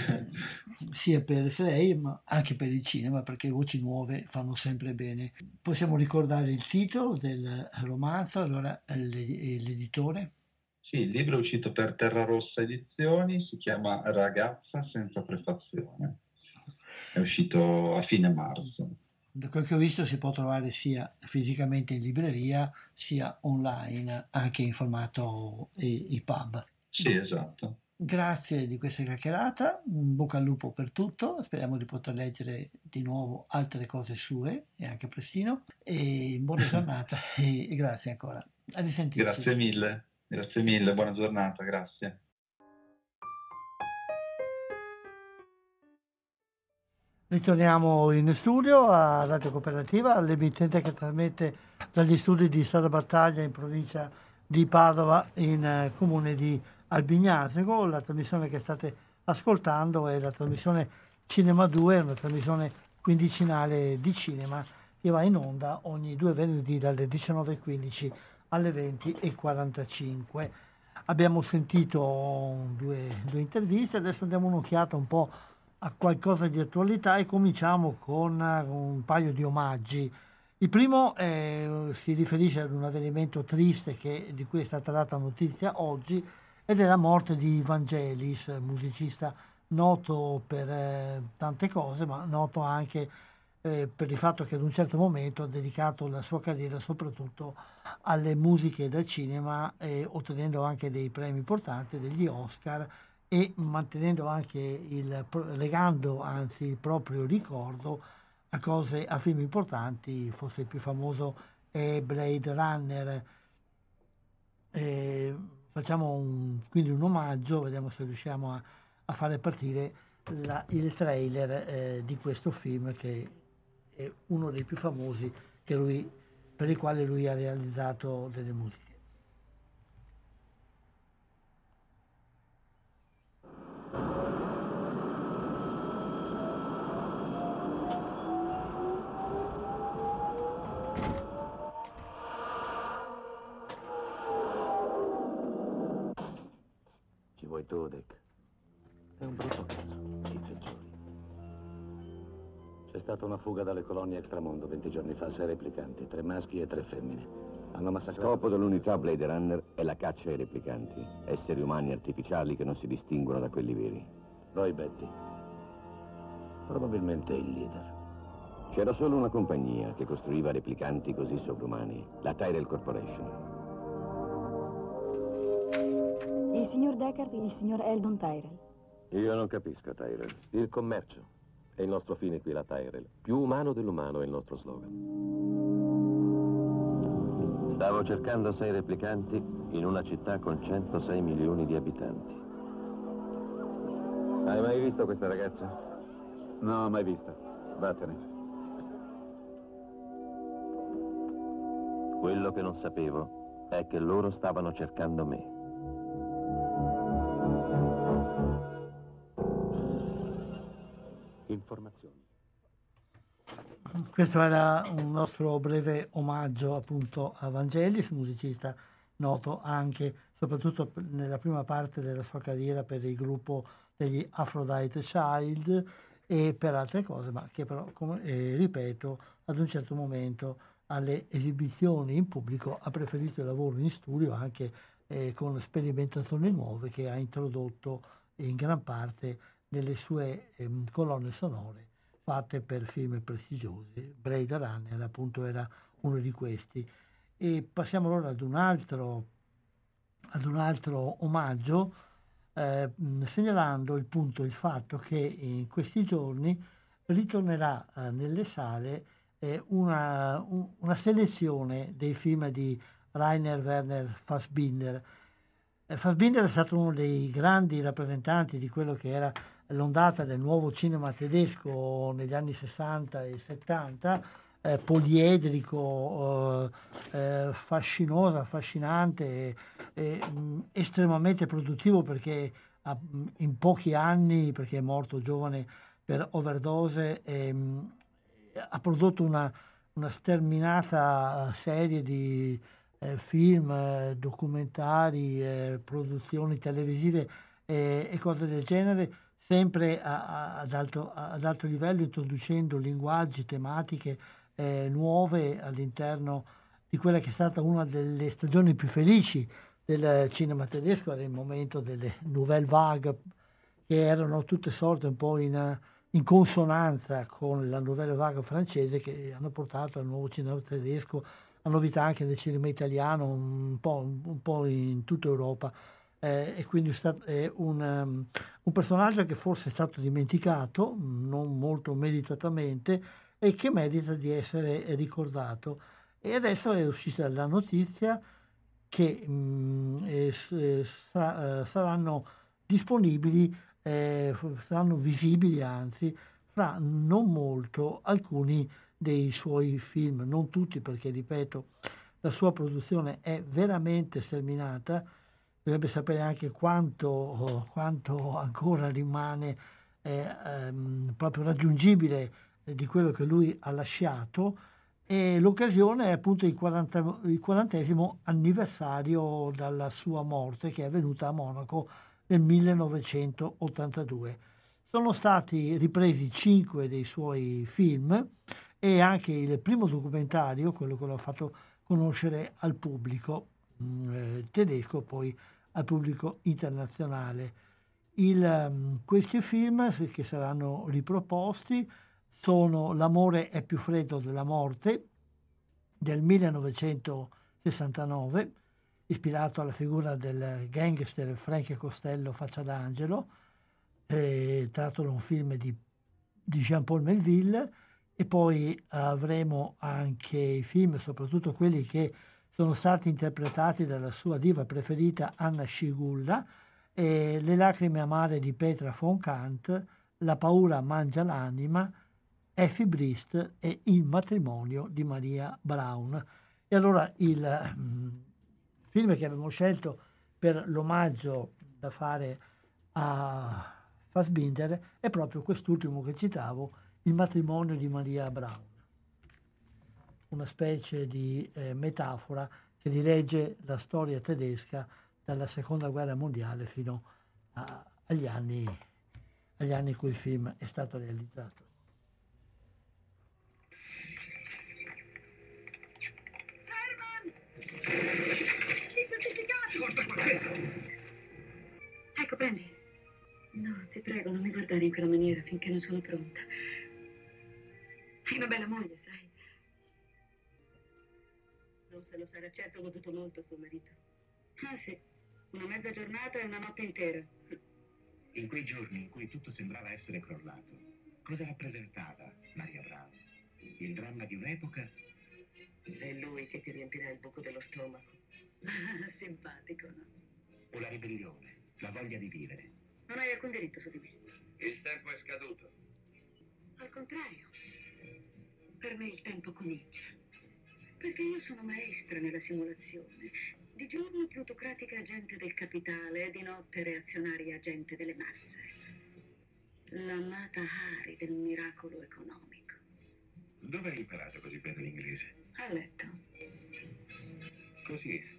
Sia per lei ma anche per il cinema, perché voci nuove fanno sempre bene. Possiamo ricordare il titolo del romanzo, allora l'editore? Sì, il libro è uscito per Terra Rossa Edizioni, si chiama Ragazza senza prefazione, è uscito a fine marzo. Da quel che ho visto si può trovare sia fisicamente in libreria sia online, anche in formato e pub. Sì, esatto. Grazie di questa chiacchierata, in bocca al lupo per tutto, speriamo di poter leggere di nuovo altre cose sue e anche prestino, e buona giornata e grazie ancora. A risentirci. Grazie mille, grazie mille, buona giornata, grazie. Ritorniamo in studio a Radio Cooperativa, l'emittente che trasmette dagli studi di Strada Battaglia in provincia di Padova, in eh, comune di Albignasego. La trasmissione che state ascoltando è la trasmissione Cinema due, una trasmissione quindicinale di cinema che va in onda ogni due venerdì dalle diciannove e quindici alle venti e quarantacinque. Abbiamo sentito due, due interviste, adesso diamo un'occhiata un po' a qualcosa di attualità e cominciamo con un paio di omaggi. Il primo eh, si riferisce ad un avvenimento triste che, di cui è stata data notizia oggi, ed è la morte di Vangelis, musicista noto per eh, tante cose, ma noto anche eh, per il fatto che ad un certo momento ha dedicato la sua carriera soprattutto alle musiche da cinema, eh, ottenendo anche dei premi importanti, degli Oscar, e mantenendo anche il, legando anzi il proprio ricordo a cose, a film importanti. Forse il più famoso è Blade Runner. Eh, facciamo un, quindi un omaggio, vediamo se riusciamo a, a fare partire la, il trailer eh, di questo film, che è uno dei più famosi che lui, per il quale lui ha realizzato delle musiche. Dudek. È un brutto caso, i peggiori. C'è stata una fuga dalle colonie extramondo venti giorni fa, sei replicanti, tre maschi e tre femmine. Hanno Lo massacrato... scopo dell'unità Blade Runner è la caccia ai replicanti, esseri umani artificiali che non si distinguono da quelli veri. Roy Betty. Probabilmente il leader. C'era solo una compagnia che costruiva replicanti così sovrumani, la Tyrell Corporation. Il signor Deckard e il signor Eldon Tyrell. Io non capisco, Tyrell. Il commercio è il nostro fine qui, la Tyrell. Più umano dell'umano è il nostro slogan. Stavo cercando sei replicanti in una città con centosei milioni di abitanti. Hai mai visto questa ragazza? No, mai vista. Vattene. Quello che non sapevo è che loro stavano cercando me. Informazioni. Questo era un nostro breve omaggio appunto a Vangelis, musicista noto anche, soprattutto nella prima parte della sua carriera per il gruppo degli Aphrodite Child e per altre cose, ma che però, come eh, ripeto, ad un certo momento alle esibizioni in pubblico ha preferito il lavoro in studio anche eh, con sperimentazioni nuove che ha introdotto in gran parte nelle sue ehm, colonne sonore fatte per film prestigiosi. Blade Runner appunto era uno di questi. E passiamo allora ad un altro, ad un altro omaggio, eh, segnalando il punto, il fatto che in questi giorni ritornerà eh, nelle sale eh, una, un, una selezione dei film di Rainer Werner Fassbinder. Eh, Fassbinder è stato uno dei grandi rappresentanti di quello che era l'ondata del nuovo cinema tedesco negli anni sessanta e settanta, eh, poliedrico, eh, eh, fascinoso, affascinante, e, e, mh, estremamente produttivo perché ha, in pochi anni, perché è morto giovane per overdose, e, mh, ha prodotto una, una sterminata serie di eh, film, eh, documentari, eh, produzioni televisive eh, e cose del genere, sempre a, a, ad, alto, ad alto livello, introducendo linguaggi, tematiche eh, nuove all'interno di quella che è stata una delle stagioni più felici del cinema tedesco, era il momento delle Nouvelle Vague, che erano tutte sorte un po' in, in consonanza con la Nouvelle Vague francese, che hanno portato al nuovo cinema tedesco a novità anche nel cinema italiano, un po', un po' in tutta Europa. Eh, e quindi è, stato, è un, um, un personaggio che forse è stato dimenticato, non molto meritatamente, e che merita di essere ricordato. E adesso è uscita la notizia che mh, eh, sa, eh, saranno disponibili, eh, saranno visibili anzi, fra non molto alcuni dei suoi film, non tutti perché, ripeto, la sua produzione è veramente sterminata. Dovrebbe sapere anche quanto, quanto ancora rimane eh, ehm, proprio raggiungibile eh, di quello che lui ha lasciato, e l'occasione è appunto il, quaranta, il quarantesimo anniversario dalla sua morte, che è avvenuta a Monaco nel millenovecentottantadue. Sono stati ripresi cinque dei suoi film e anche il primo documentario, quello che l'ha fatto conoscere al pubblico mh, eh, tedesco, poi al pubblico internazionale. Il, um, questi film che saranno riproposti sono L'amore è più freddo della morte del millenovecentosessantanove, ispirato alla figura del gangster Frank Costello Faccia d'Angelo, eh, tratto da un film di, di Jean-Paul Melville. E poi avremo anche i film, soprattutto quelli che sono stati interpretati dalla sua diva preferita Anna Schygulla, eh, Le lacrime amare di Petra von Kant, La paura mangia l'anima, Effie Briest e Il matrimonio di Maria Braun. E allora il mm, film che abbiamo scelto per l'omaggio da fare a Fassbinder è proprio quest'ultimo che citavo, Il matrimonio di Maria Braun. Una specie di eh, metafora che rilegge la storia tedesca dalla seconda guerra mondiale fino a, agli anni agli anni in cui il film è stato realizzato. Ecco, prendi. No, ti prego, non mi guardare in quella maniera finché non sono pronta. Hai una bella moglie, sai. Non se lo sarà certo goduto molto tuo marito. Ah, sì. Una mezza giornata e una notte intera. In quei giorni in cui tutto sembrava essere crollato, cosa rappresentava Maria Brown? Il dramma di un'epoca? È lui che ti riempirà il buco dello stomaco. Simpatico, no? O la ribellione, la voglia di vivere? Non hai alcun diritto su di me. Il tempo è scaduto. Al contrario. Per me il tempo comincia. Perché io sono maestra nella simulazione. Di giorno plutocratica agente del capitale e di notte reazionaria agente delle masse. L'amata Hari del miracolo economico. Dove hai imparato così bene l'inglese? A letto. Così.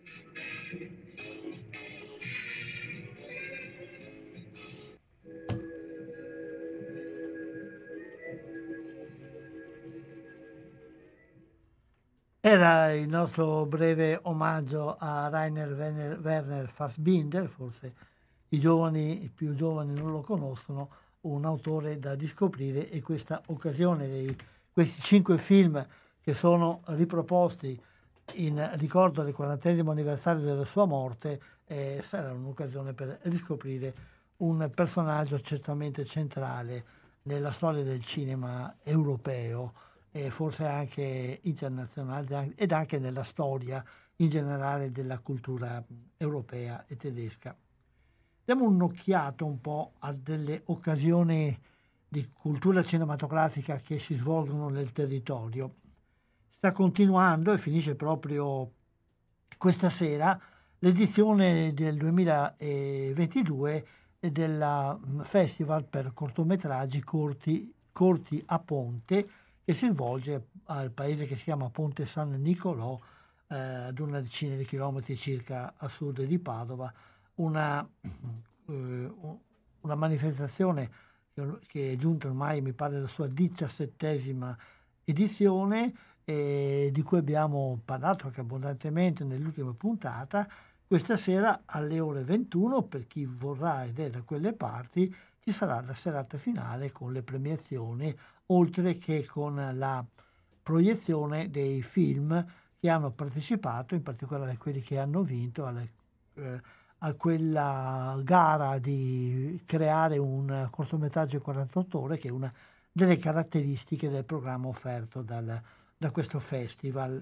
Era il nostro breve omaggio a Rainer Werner, Werner Fassbinder, forse i giovani, i più giovani non lo conoscono, un autore da riscoprire, e questa occasione dei questi cinque film che sono riproposti in ricordo del quarantesimo anniversario della sua morte eh, sarà un'occasione per riscoprire un personaggio certamente centrale nella storia del cinema europeo e forse anche internazionale ed anche nella storia in generale della cultura europea e tedesca. Diamo un'occhiata un po' a delle occasioni di cultura cinematografica che si svolgono nel territorio. Sta continuando e finisce proprio questa sera l'edizione del duemilaventidue del Festival per cortometraggi corti, corti a Ponte, che si svolge al paese che si chiama Ponte San Nicolò, eh, ad una decina di chilometri circa a sud di Padova, una, eh, una manifestazione che è giunta ormai, mi pare, alla sua diciassettesima edizione, eh, di cui abbiamo parlato anche abbondantemente nell'ultima puntata. Questa sera alle ore ventuno, per chi vorrà ed è da quelle parti, ci sarà la serata finale con le premiazioni, oltre che con la proiezione dei film che hanno partecipato, in particolare quelli che hanno vinto alle, eh, a quella gara di creare un cortometraggio di quarantotto ore, che è una delle caratteristiche del programma offerto dal, da questo festival.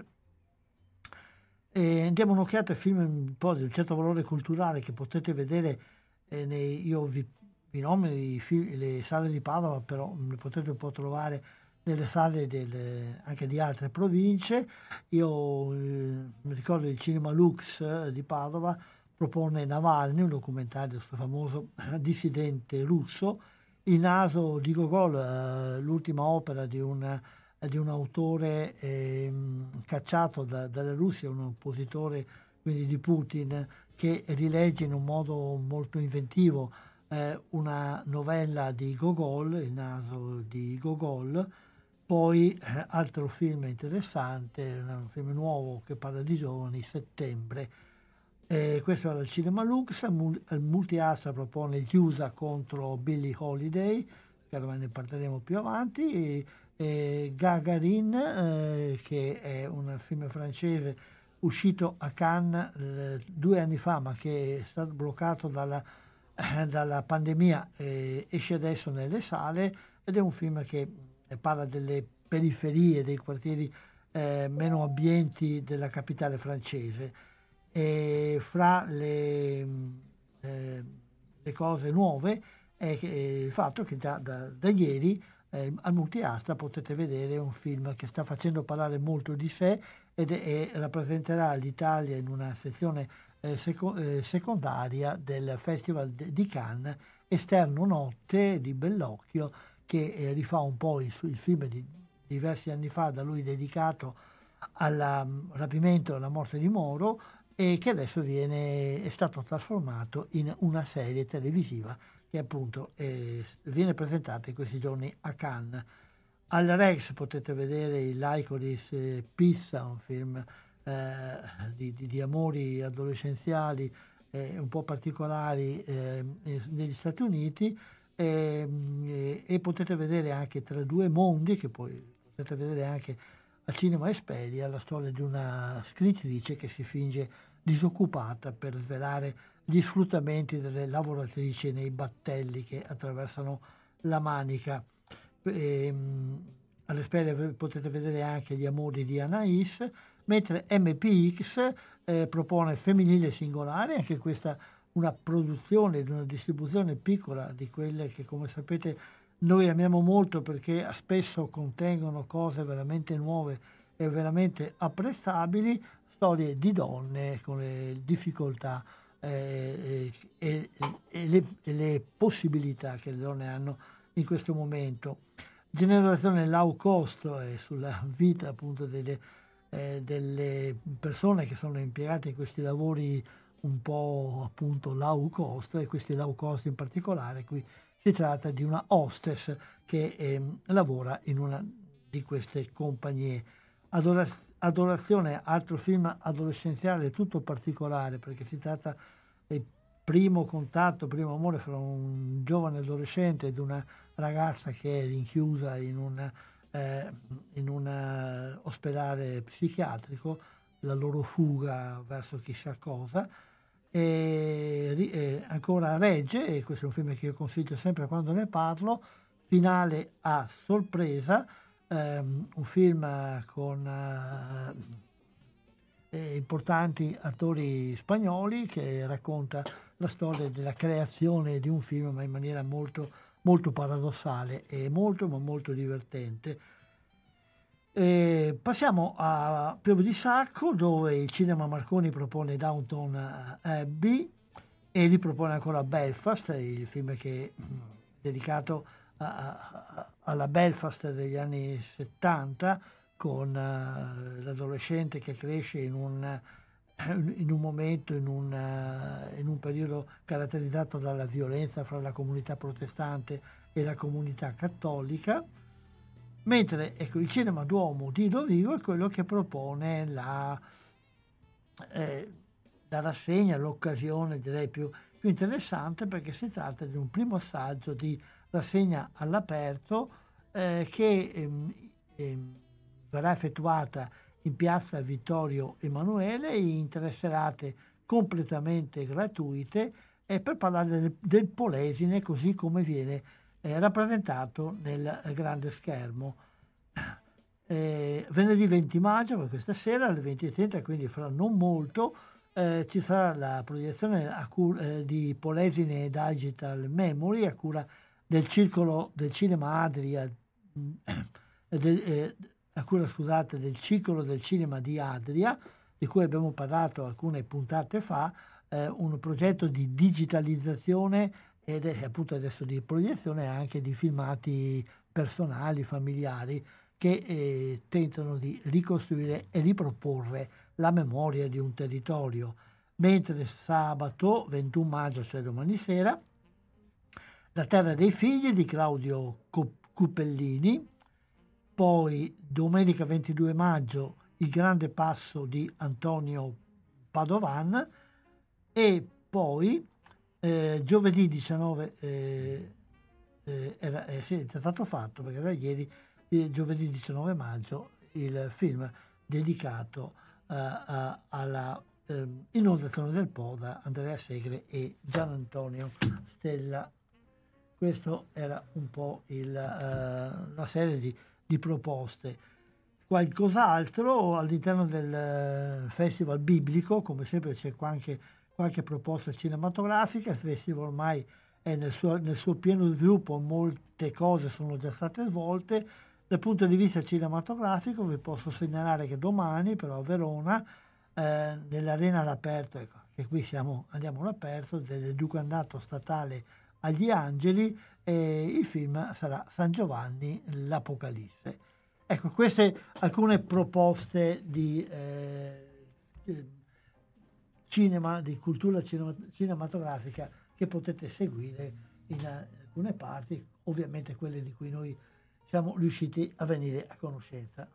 E diamo un'occhiata ai film un po' di un certo valore culturale che potete vedere eh, nei, io vi, vi nomino i film, le sale di Padova, però le potete un po' trovare nelle sale del, anche di altre province. Io eh, mi ricordo il Cinema Lux eh, di Padova propone Navalny, un documentario del famoso dissidente russo. Il naso di Gogol, eh, l'ultima opera di un di un autore eh, cacciato da, dalla Russia, un oppositore quindi di Putin, che rilegge in un modo molto inventivo eh, una novella di Gogol, Il naso di Gogol. Poi eh, altro film interessante, un film nuovo che parla di giovani, Settembre. Eh, questo era il Cinema Lux. Il Multiastra propone Chiusa contro Billie Holiday, che ne parleremo più avanti, e, e Gagarin, eh, che è un film francese uscito a Cannes eh, due anni fa, ma che è stato bloccato dalla, eh, dalla pandemia, eh, esce adesso nelle sale, ed è un film che parla delle periferie, dei quartieri eh, meno abbienti della capitale francese. E fra le, eh, le cose nuove è che, eh, il fatto che già da, da ieri eh, al Multiastra potete vedere un film che sta facendo parlare molto di sé ed è, è, rappresenterà l'Italia in una sezione eh, seco, eh, secondaria del Festival de, di Cannes, Esterno Notte di Bellocchio, che eh, rifà un po' il, il film di diversi anni fa da lui dedicato al um, rapimento e alla morte di Moro, e che adesso viene, è stato trasformato in una serie televisiva che appunto eh, viene presentata in questi giorni a Cannes. Al Rex potete vedere il Licorice eh, Pizza, un film eh, di, di, di amori adolescenziali eh, un po' particolari eh, negli Stati Uniti, e, e potete vedere anche Tra due mondi, che poi potete vedere anche al Cinema Esperia, la storia di una scrittrice che si finge disoccupata per svelare gli sfruttamenti delle lavoratrici nei battelli che attraversano la Manica. E, all'Esperia potete vedere anche Gli amori di Anais, mentre M P X eh, propone Femminile singolare, anche questa una produzione di una distribuzione piccola di quelle che, come sapete, noi amiamo molto perché spesso contengono cose veramente nuove e veramente apprezzabili, storie di donne con le difficoltà eh, e, e, le, e le possibilità che le donne hanno in questo momento. Generazione low cost è sulla vita appunto delle, eh, delle persone che sono impiegate in questi lavori un po' appunto low cost, e questi low cost in particolare qui si tratta di una hostess che eh, lavora in una di queste compagnie. Adora- Adorazione, altro film adolescenziale tutto particolare, perché si tratta del primo contatto, primo amore fra un giovane adolescente ed una ragazza che è rinchiusa in un eh, in un ospedale psichiatrico, la loro fuga verso chissà cosa. E, e ancora regge, e questo è un film che io consiglio sempre quando ne parlo, Finale a sorpresa, ehm, un film con eh, importanti attori spagnoli che racconta la storia della creazione di un film, ma in maniera molto, molto paradossale e molto ma molto divertente. E passiamo a Piove di Sacco, dove il Cinema Marconi propone Downton Abbey e ripropone ancora Belfast, il film che è dedicato a, a, alla Belfast degli anni settanta, con uh, l'adolescente che cresce in un, in un momento, in un, uh, in un periodo caratterizzato dalla violenza fra la comunità protestante e la comunità cattolica. Mentre ecco, il Cinema Duomo di Rovigo è quello che propone la, eh, la rassegna, l'occasione direi più, più interessante, perché si tratta di un primo assaggio di rassegna all'aperto eh, che ehm, ehm, verrà effettuata in piazza Vittorio Emanuele in tre serate completamente gratuite eh, per parlare del, del Polesine così come viene Eh, rappresentato nel grande schermo. Eh, venerdì venti maggio, per questa sera alle venti e trenta, quindi fra non molto, eh, ci sarà la proiezione a cura, eh, di Polesine Digital Memory a cura del Circolo del Cinema Adria, eh, del, eh, a cura scusate, del Circolo del Cinema di Adria, di cui abbiamo parlato alcune puntate fa, eh, un progetto di digitalizzazione ed è appunto adesso di proiezione anche di filmati personali, familiari, che eh, tentano di ricostruire e riproporre la memoria di un territorio. Mentre sabato ventuno maggio, cioè domani sera, La terra dei figli di Claudio Cupellini, poi domenica ventidue maggio Il grande passo di Antonio Padovan, e poi Eh, giovedì diciannove eh, eh, era, eh, sì, è stato fatto perché era ieri, eh, giovedì diciannove maggio, il film dedicato eh, a, alla eh, inondazione del Po da Andrea Segre e Gian Antonio Stella. Questo era un po' il, uh, una serie di, di proposte. Qualcos'altro all'interno del Festival Biblico, come sempre c'è anche qualche proposta cinematografica. Il festival ormai è nel suo, nel suo pieno sviluppo, molte cose sono già state svolte. Dal punto di vista cinematografico vi posso segnalare che domani però a Verona, eh, nell'arena all'aperto, ecco, che qui siamo, andiamo all'aperto, dell'educandato statale agli Angeli, eh, il film sarà San Giovanni l'Apocalisse. Ecco, queste alcune proposte di... Eh, cinema, di cultura cinema, cinematografica che potete seguire in alcune parti, ovviamente quelle di cui noi siamo riusciti a venire a conoscenza.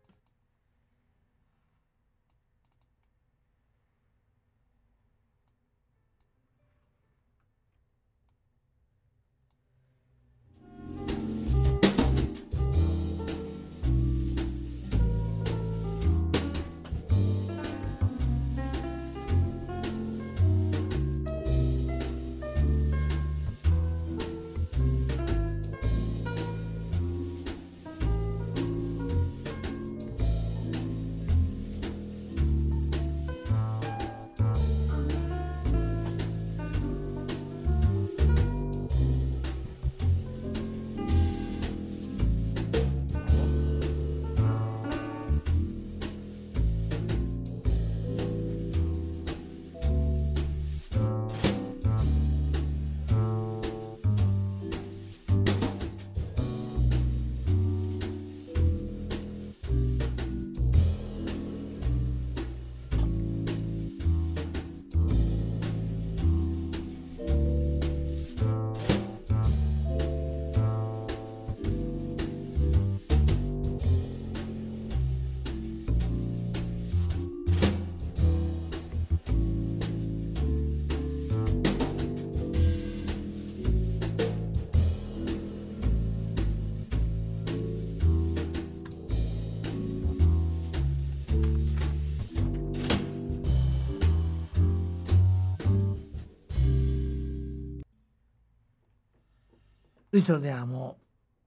Ritorniamo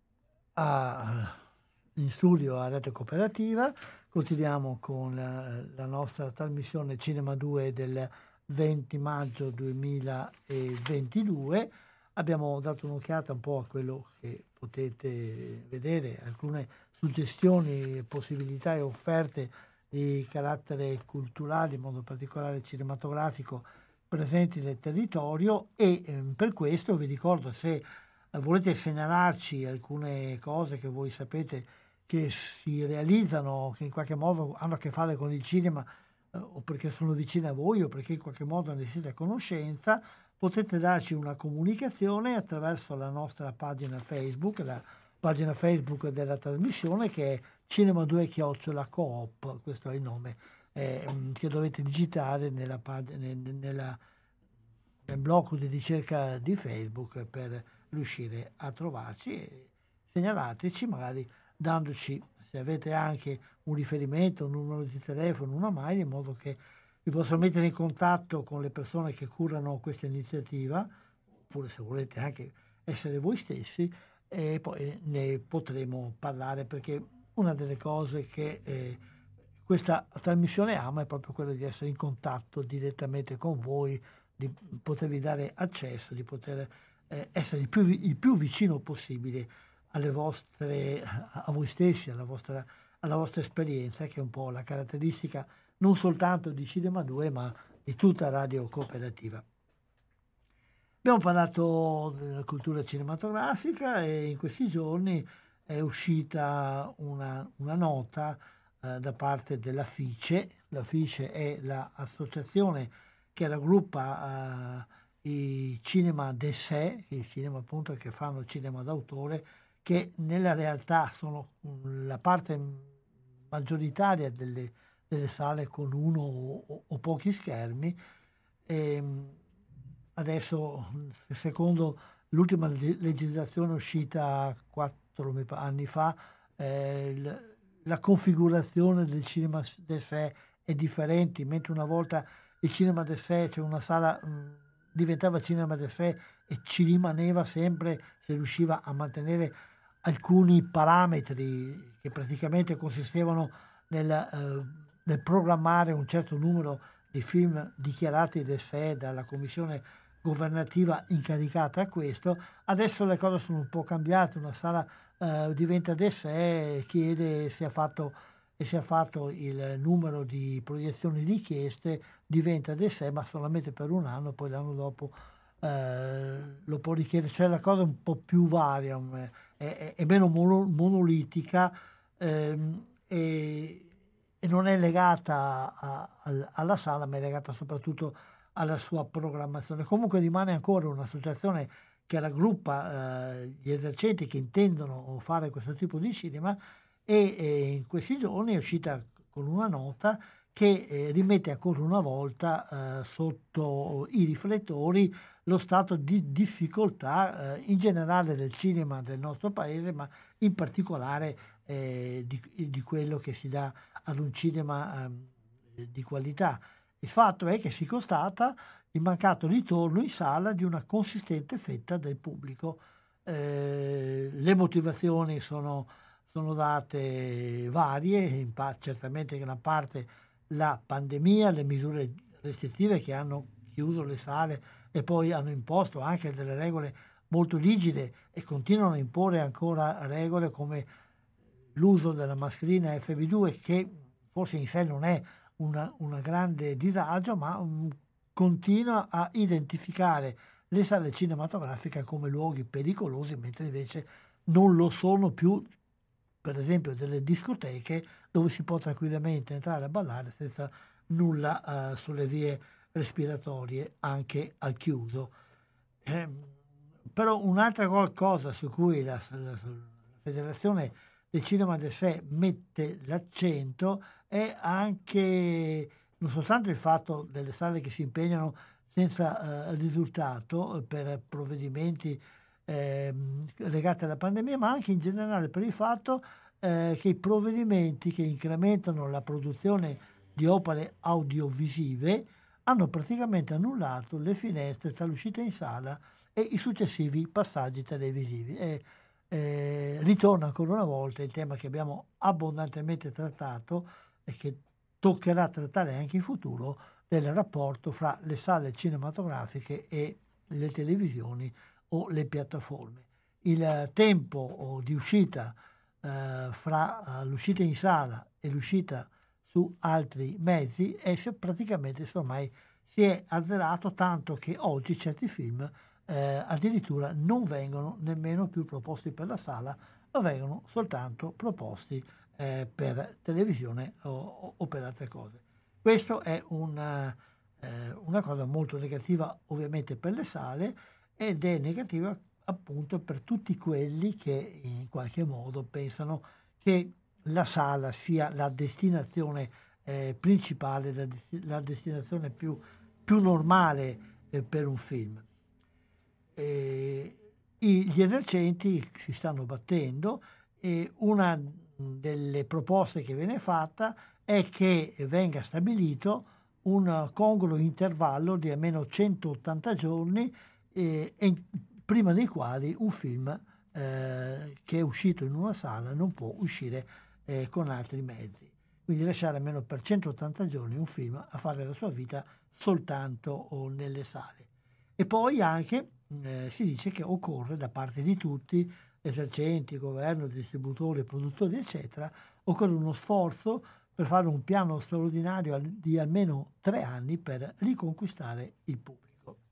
a, in studio a Rete Cooperativa, continuiamo con la, la nostra trasmissione Cinema due del venti maggio duemilaventidue. Abbiamo dato un'occhiata un po' a quello che potete vedere, alcune suggestioni, possibilità e offerte di carattere culturale, in modo particolare cinematografico, presenti nel territorio e eh, per questo vi ricordo, se volete segnalarci alcune cose che voi sapete che si realizzano, che in qualche modo hanno a che fare con il cinema, eh, o perché sono vicine a voi o perché in qualche modo ne siete a conoscenza, potete darci una comunicazione attraverso la nostra pagina Facebook, la pagina Facebook della trasmissione, che è Cinema due chiocciola Coop, questo è il nome eh, che dovete digitare nella pag- nella, nel blocco di ricerca di Facebook per riuscire a trovarci, e segnalateci, magari dandoci, se avete anche un riferimento, un numero di telefono, una mail, in modo che vi posso mettere in contatto con le persone che curano questa iniziativa, oppure se volete anche essere voi stessi, e poi ne potremo parlare, perché una delle cose che eh, questa trasmissione ama è proprio quella di essere in contatto direttamente con voi, di potervi dare accesso, di poter eh, essere il più, il più vicino possibile alle vostre, a voi stessi, alla vostra, alla vostra esperienza, che è un po' la caratteristica non soltanto di Cinema due, ma di tutta Radio Cooperativa. Abbiamo parlato della cultura cinematografica e in questi giorni è uscita una, una nota eh, da parte della FICE. La FICE è l'associazione che raggruppa eh, i cinema d'essai, i cinema appunto che fanno cinema d'autore, che nella realtà sono la parte maggioritaria delle, delle sale con uno o, o pochi schermi. E adesso, secondo l'ultima legislazione uscita quattro anni fa, eh, la configurazione del cinema d'essai è differente, mentre una volta il cinema d'essai, cioè una sala mh, diventava cinema d'essai e ci rimaneva sempre se riusciva a mantenere alcuni parametri che praticamente consistevano nel, eh, nel programmare un certo numero di film dichiarati d'essai dalla commissione governativa incaricata a questo. Adesso le cose sono un po' cambiate, una sala eh, diventa d'essai, chiede se ha fatto e se ha fatto il numero di proiezioni richieste, diventa d'essai, ma solamente per un anno, poi l'anno dopo eh, lo può richiedere, cioè la cosa è un po' più varia, è, è, è meno mono, monolitica ehm, e e non è legata a, a, alla sala, ma è legata soprattutto alla sua programmazione. Comunque rimane ancora un'associazione che raggruppa eh, gli esercenti che intendono fare questo tipo di cinema e, e in questi giorni è uscita con una nota che eh, rimette ancora una volta eh, sotto i riflettori lo stato di difficoltà eh, in generale del cinema del nostro paese, ma in particolare eh, di, di quello che si dà ad un cinema eh, di qualità. Il fatto è che si constata il mancato ritorno in sala di una consistente fetta del pubblico. Eh, le motivazioni sono, sono date varie, in pa- certamente gran parte la pandemia, le misure restrittive che hanno chiuso le sale e poi hanno imposto anche delle regole molto rigide e continuano a imporre ancora regole come l'uso della mascherina effe bi due, che forse in sé non è una, una grande disagio, ma um, continua a identificare le sale cinematografiche come luoghi pericolosi, mentre invece non lo sono più, per esempio, delle discoteche dove si può tranquillamente entrare a ballare senza nulla uh, sulle vie respiratorie, anche al chiuso. Eh, però un'altra cosa su cui la, la, la Federazione del Cinema de sé mette l'accento è anche non soltanto il fatto delle sale che si impegnano senza eh, risultato per provvedimenti eh, legati alla pandemia, ma anche in generale per il fatto eh, che i provvedimenti che incrementano la produzione di opere audiovisive hanno praticamente annullato le finestre tra l'uscita in sala e i successivi passaggi televisivi. E, eh, ritorna ancora una volta il tema che abbiamo abbondantemente trattato e che toccherà trattare anche in futuro, del rapporto fra le sale cinematografiche e le televisioni o le piattaforme. Il tempo di uscita eh, fra l'uscita in sala e l'uscita su altri mezzi è praticamente ormai si è azzerato, tanto che oggi certi film eh, addirittura non vengono nemmeno più proposti per la sala, ma vengono soltanto proposti eh, per televisione o, o per altre cose. Questo è una, eh, una cosa molto negativa ovviamente per le sale, ed è negativa appunto per tutti quelli che in qualche modo pensano che la sala sia la destinazione eh, principale, la, dest- la destinazione più, più normale eh, per un film. E gli esercenti si stanno battendo e una delle proposte che viene fatta è che venga stabilito un congruo intervallo di almeno centottanta giorni eh, e prima dei quali un film eh, che è uscito in una sala non può uscire eh, con altri mezzi. Quindi lasciare almeno per centottanta giorni un film a fare la sua vita soltanto nelle sale. E poi anche eh, si dice che occorre da parte di tutti, esercenti, governo, distributori, produttori, eccetera, occorre uno sforzo per fare un piano straordinario di almeno tre anni per riconquistare il pubblico.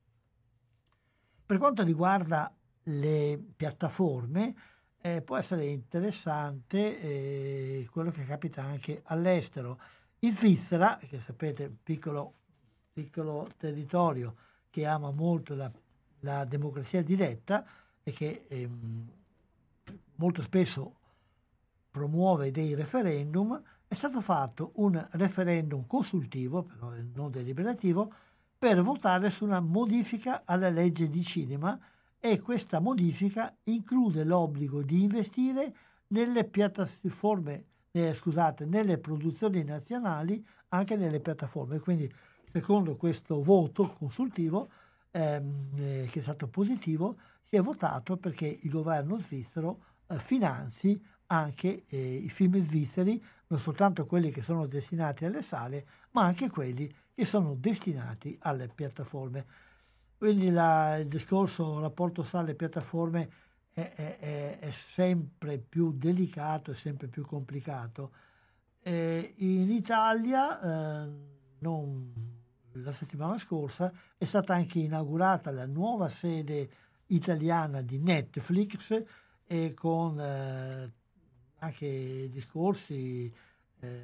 Per quanto riguarda le piattaforme, eh, può essere interessante eh, quello che capita anche all'estero. In Svizzera, che sapete, piccolo, piccolo territorio che ama molto la, la democrazia diretta e che ehm, molto spesso promuove dei referendum, è stato fatto un referendum consultivo, però non deliberativo, per votare su una modifica alla legge di cinema, e questa modifica include l'obbligo di investire nelle piattaforme, eh, scusate, nelle produzioni nazionali, anche nelle piattaforme. Quindi, secondo questo voto consultivo, ehm, eh, che è stato positivo, si è votato perché il governo svizzero eh, finanzi anche eh, i film svizzeri, non soltanto quelli che sono destinati alle sale, ma anche quelli che sono destinati alle piattaforme. Quindi la, il discorso rapporto sale e piattaforme è, è, è sempre più delicato e sempre più complicato. Eh, in Italia, eh, non, la settimana scorsa, è stata anche inaugurata la nuova sede italiana di Netflix, e con eh, anche discorsi eh,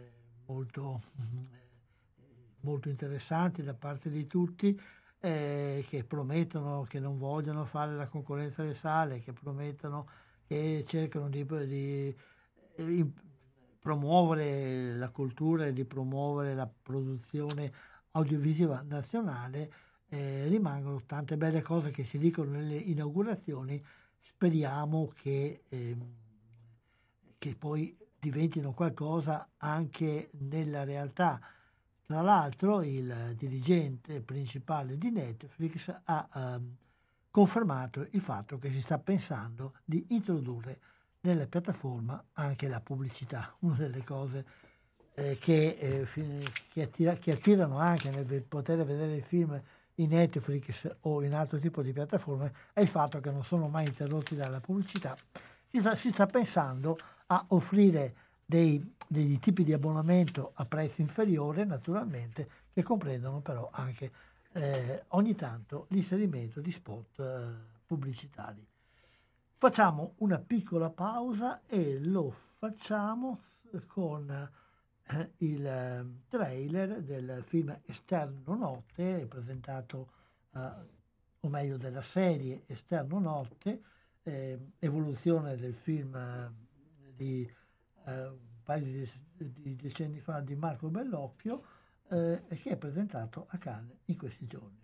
molto, molto interessanti da parte di tutti, eh, che promettono, che non vogliono fare la concorrenza alle sale, che promettono, che cercano di, di, di promuovere la cultura e di promuovere la produzione audiovisiva nazionale. Eh, rimangono tante belle cose che si dicono nelle inaugurazioni. Speriamo che, eh, che poi diventino qualcosa anche nella realtà. Tra l'altro il dirigente principale di Netflix ha um, confermato il fatto che si sta pensando di introdurre nella piattaforma anche la pubblicità, una delle cose eh, che, eh, che, attira, che attirano anche nel poter vedere il film in Netflix o in altro tipo di piattaforme è il fatto che non sono mai interrotti dalla pubblicità. Si sta, si sta pensando a offrire dei, degli tipi di abbonamento a prezzo inferiore, naturalmente, che comprendono però anche eh, ogni tanto l'inserimento di spot eh, pubblicitari. Facciamo una piccola pausa e lo facciamo con eh, il eh, trailer del film Esterno Notte, presentato, eh, o meglio della serie Esterno Notte, eh, evoluzione del film eh, di eh, un paio di, di decenni fa di Marco Bellocchio, eh, che è presentato a Cannes in questi giorni.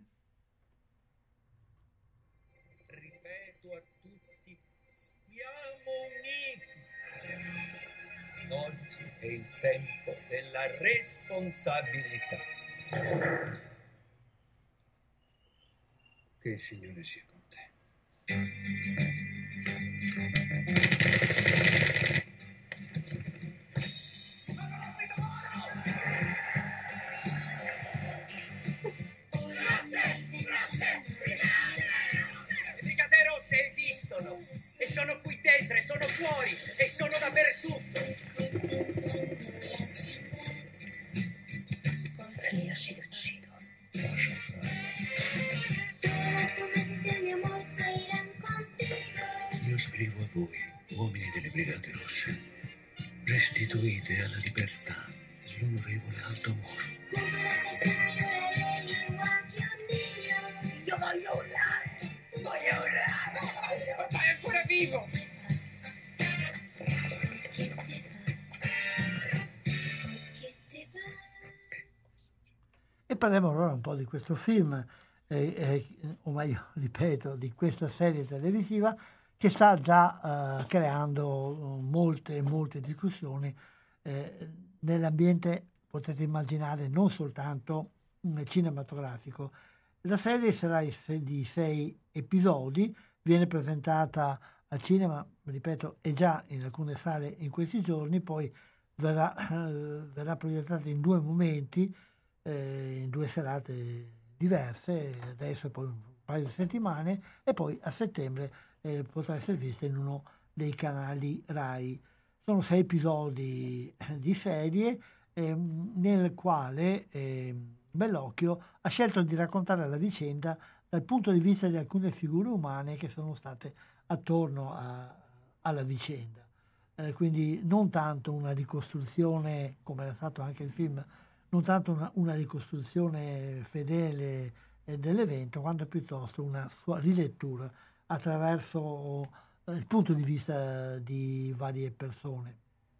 Ripeto a tutti, stiamo uniti. Oggi è il tempo della responsabilità. Che il Signore sia con te. Brigate rosse esistono e sono qui dentro e sono fuori e sono dappertutto. Se mi lasci ti uccido. Lascia stare. Io scrivo a voi, uomini delle Brigate Rosse, restituite alla libertà l'onorevole Aldo Moro. Io voglio urlare, voglio urlare, ma è ancora vivo. E parliamo allora un po' di questo film, eh, eh, o meglio, ripeto, di questa serie televisiva che sta già eh, creando molte, molte discussioni eh, nell'ambiente, potete immaginare, non soltanto mh, cinematografico. La serie sarà di sei episodi, viene presentata al cinema, ripeto, è già in alcune sale in questi giorni, poi verrà, eh, verrà proiettata in due momenti, eh, in due serate diverse, adesso e poi un paio di settimane, e poi a settembre eh, potrà essere vista in uno dei canali Rai. Sono sei episodi di serie eh, nel quale eh, Bellocchio ha scelto di raccontare la vicenda dal punto di vista di alcune figure umane che sono state attorno a, alla vicenda. Eh, quindi non tanto una ricostruzione, come era stato anche il film, non tanto una, una ricostruzione fedele eh, dell'evento, quanto piuttosto una sua rilettura attraverso eh, il punto di vista di varie persone.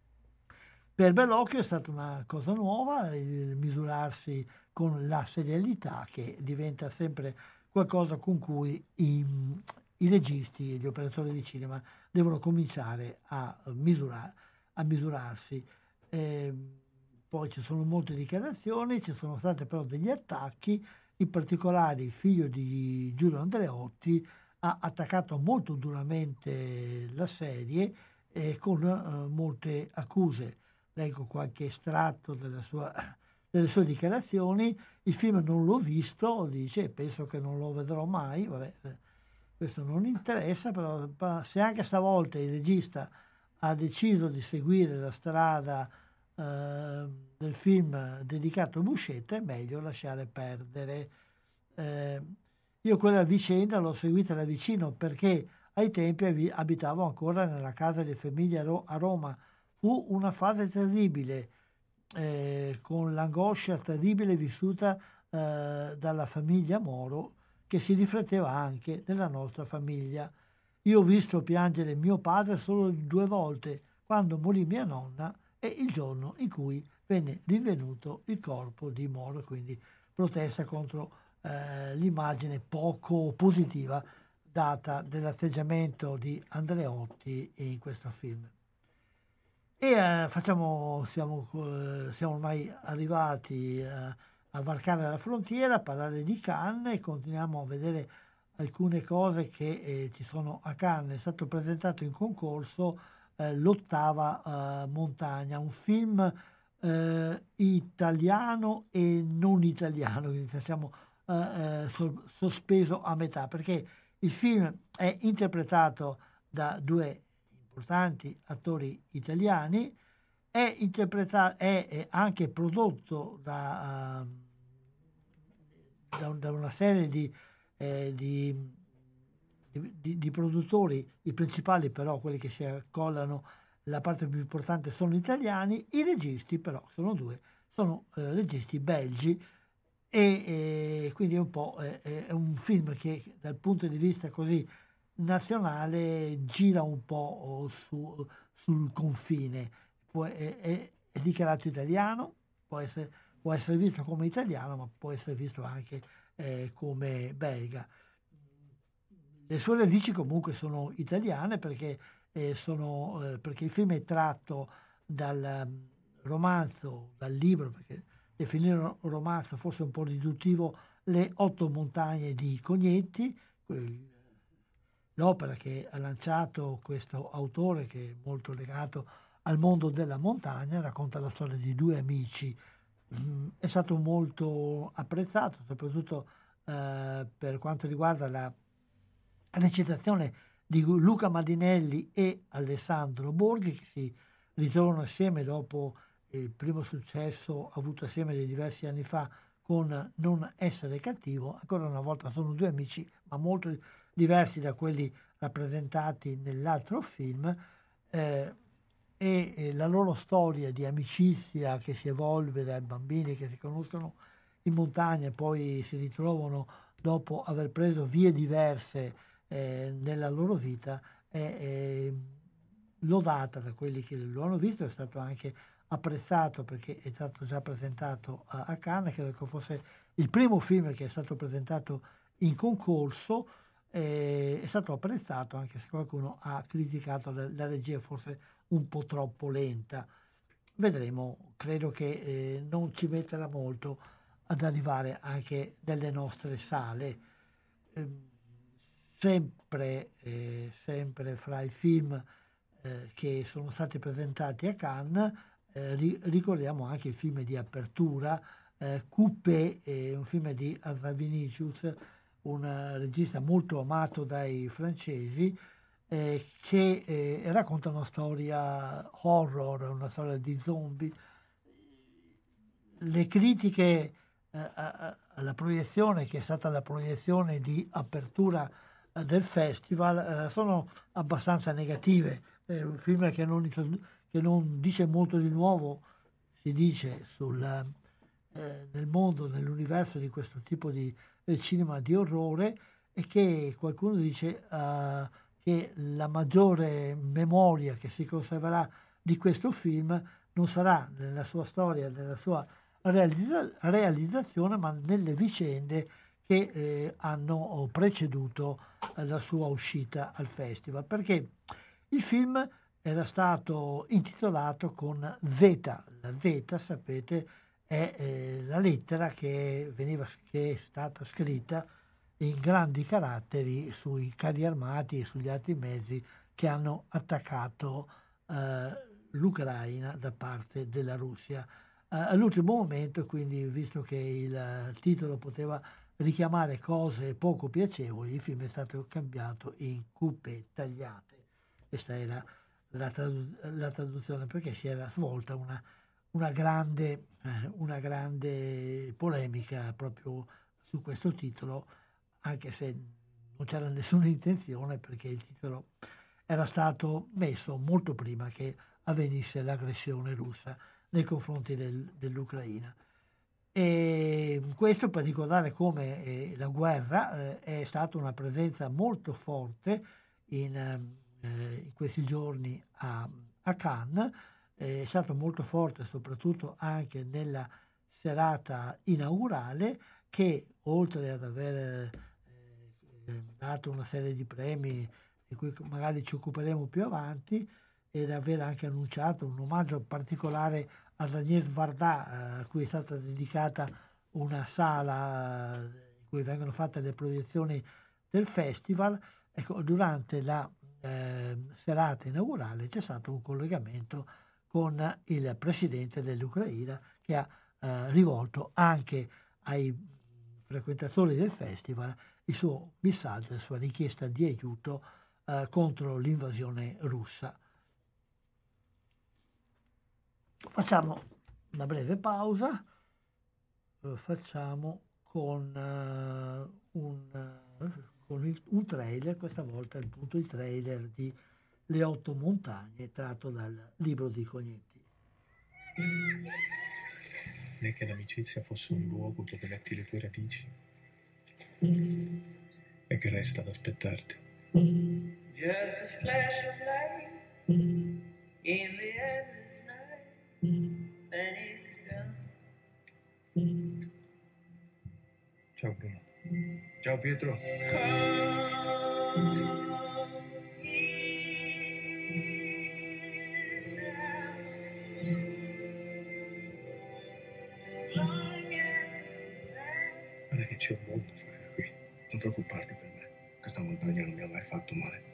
Per Bellocchio è stata una cosa nuova il misurarsi con la serialità, che diventa sempre qualcosa con cui i, i registi e gli operatori di cinema devono cominciare a, misura, a misurarsi. Eh, poi ci sono molte dichiarazioni, ci sono stati però degli attacchi, in particolare il figlio di Giulio Andreotti ha attaccato molto duramente la serie eh, con eh, molte accuse. Leggo qualche estratto della sua, delle sue dichiarazioni. Il film non l'ho visto, dice, penso che non lo vedrò mai. Vabbè, questo non interessa, però se anche stavolta il regista ha deciso di seguire la strada eh, del film dedicato a Buscetta, è meglio lasciare perdere. Eh, io quella vicenda l'ho seguita da vicino perché ai tempi abitavo ancora nella casa di famiglia a Roma. Fu una fase terribile eh, con l'angoscia terribile vissuta eh, dalla famiglia Moro, che si rifletteva anche nella nostra famiglia. Io ho visto piangere mio padre solo due volte, quando morì mia nonna e il giorno in cui venne rinvenuto il corpo di Moro, quindi protesta contro eh, l'immagine poco positiva data dell'atteggiamento di Andreotti in questo film. E eh, facciamo, siamo, eh, siamo ormai arrivati eh, a varcare la frontiera, a parlare di Cannes, e continuiamo a vedere alcune cose che eh, ci sono a Cannes. È stato presentato in concorso eh, L'ottava eh, montagna, un film eh, italiano e non italiano, quindi siamo eh, eh, so- sospeso a metà, perché il film è interpretato da due importanti attori italiani, è, interpretato, è, è anche prodotto da, uh, da, un, da una serie di, eh, di, di, di produttori, i principali però, quelli che si accollano la parte più importante, sono italiani. I registi però sono due, sono eh, registi belgi, e, e quindi è un po' è, è un film che dal punto di vista così nazionale gira un po' su, sul confine. Può, è, è, è dichiarato italiano, può essere, può essere visto come italiano, ma può essere visto anche eh, come belga. Le sue radici comunque sono italiane, perché, eh, sono, eh, perché il film è tratto dal um, romanzo, dal libro, perché definire un romanzo forse è un po' riduttivo, Le otto montagne di Cognetti, quel, l'opera che ha lanciato questo autore, che è molto legato al mondo della montagna, racconta la storia di due amici. Mm, è stato molto apprezzato, soprattutto eh, per quanto riguarda la recitazione di Luca Madinelli e Alessandro Borghi, che si ritrovano assieme dopo il primo successo avuto assieme di diversi anni fa con Non essere cattivo. Ancora una volta sono due amici, ma molto diversi da quelli rappresentati nell'altro film, eh, e, e la loro storia di amicizia che si evolve dai bambini che si conoscono in montagna e poi si ritrovano dopo aver preso vie diverse eh, nella loro vita è, è lodata da quelli che lo hanno visto. È stato anche apprezzato perché è stato già presentato a, a Cannes, credo che fosse il primo film che è stato presentato in concorso. Eh, è stato apprezzato, anche se qualcuno ha criticato la, la regia forse un po' troppo lenta. Vedremo, credo che eh, non ci metterà molto ad arrivare anche nelle nostre sale. Eh, sempre, eh, sempre fra i film eh, che sono stati presentati a Cannes, eh, ri- ricordiamo anche il film di apertura, eh, Coupé, eh, un film di Asaf Vinicius, un regista molto amato dai francesi, eh, che eh, racconta una storia horror, una storia di zombie. Le critiche eh, alla proiezione, che è stata la proiezione di apertura eh, del festival, eh, sono abbastanza negative. È un film che non, che non dice molto di nuovo, si dice, sul, eh, nel mondo, nell'universo di questo tipo di del cinema di orrore, e che qualcuno dice uh, che la maggiore memoria che si conserverà di questo film non sarà nella sua storia, nella sua realizza- realizzazione, ma nelle vicende che eh, hanno preceduto eh, la sua uscita al festival, perché il film era stato intitolato con Z. La Z, sapete, è eh, la lettera che, veniva, che è stata scritta in grandi caratteri sui carri armati e sugli altri mezzi che hanno attaccato eh, l'Ucraina da parte della Russia. Eh, all'ultimo momento, quindi, visto che il titolo poteva richiamare cose poco piacevoli, il film è stato cambiato in Coupé tagliate. Questa era la, tradu- la traduzione, perché si era svolta una Una grande, eh, una grande polemica proprio su questo titolo, anche se non c'era nessuna intenzione, perché il titolo era stato messo molto prima che avvenisse l'aggressione russa nei confronti del, dell'Ucraina. E questo per ricordare come eh, la guerra eh, è stata una presenza molto forte in, eh, in questi giorni a, a Cannes, eh, è stato molto forte soprattutto anche nella serata inaugurale, che oltre ad aver eh, dato una serie di premi di cui magari ci occuperemo più avanti, ed aver anche annunciato un omaggio particolare a Agnès Varda, eh, a cui è stata dedicata una sala eh, in cui vengono fatte le proiezioni del festival. Ecco, durante la eh, serata inaugurale c'è stato un collegamento con il presidente dell'Ucraina, che ha eh, rivolto anche ai frequentatori del festival il suo messaggio, la sua richiesta di aiuto eh, contro l'invasione russa. Facciamo una breve pausa, lo facciamo con, uh, un, uh, con il, un trailer, questa volta è appunto il trailer di Le otto montagne, tratto dal libro di Cognetti. Non è che l'amicizia fosse un luogo dove metti le tue radici e che resta ad aspettarti. Just a flash of light in the endless night, then it's done. Ciao Bruno. Ciao Pietro. Guarda che c'è un mondo fuori da qui. Non preoccuparti per me. Questa montagna non mi ha mai fatto male.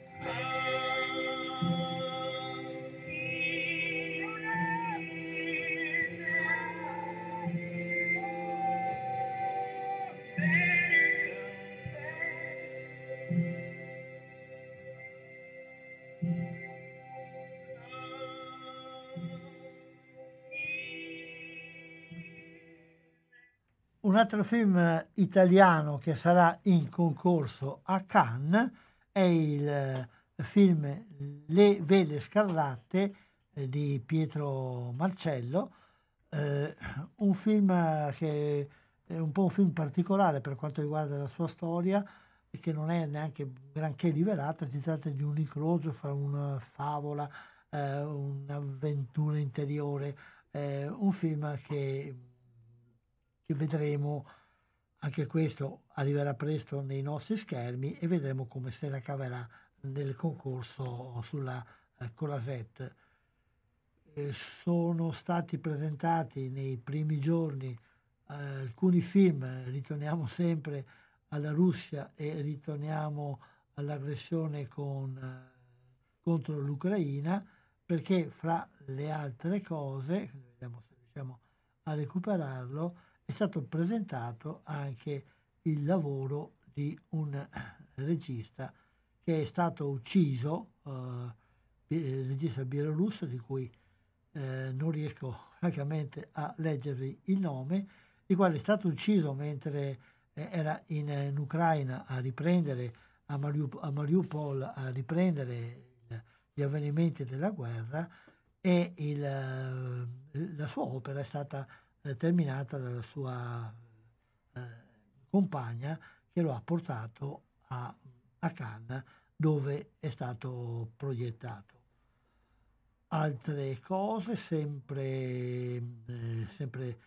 Un altro film italiano che sarà in concorso a Cannes è il film Le Vele Scarlatte eh, di Pietro Marcello, eh, un film che è un po' un film particolare per quanto riguarda la sua storia, che non è neanche granché rivelata. Si tratta di un incrocio fra una favola, eh, un'avventura interiore, eh, un film che che vedremo, anche questo arriverà presto nei nostri schermi, e vedremo come se la caverà nel concorso sulla eh, Corazette. Eh, sono stati presentati nei primi giorni eh, alcuni film, ritorniamo sempre alla Russia e ritorniamo all'aggressione con, eh, contro l'Ucraina, perché fra le altre cose, vediamo se riusciamo a recuperarlo, è stato presentato anche il lavoro di un regista che è stato ucciso, eh, il regista bielorusso di cui eh, non riesco francamente a leggervi il nome, il quale è stato ucciso mentre eh, era in, in Ucraina a riprendere a, Mariup- a Mariupol a riprendere il, gli avvenimenti della guerra, e il, la sua opera è stata terminata dalla sua eh, compagna, che lo ha portato a, a Cannes, dove è stato proiettato. Altre cose, sempre, eh, sempre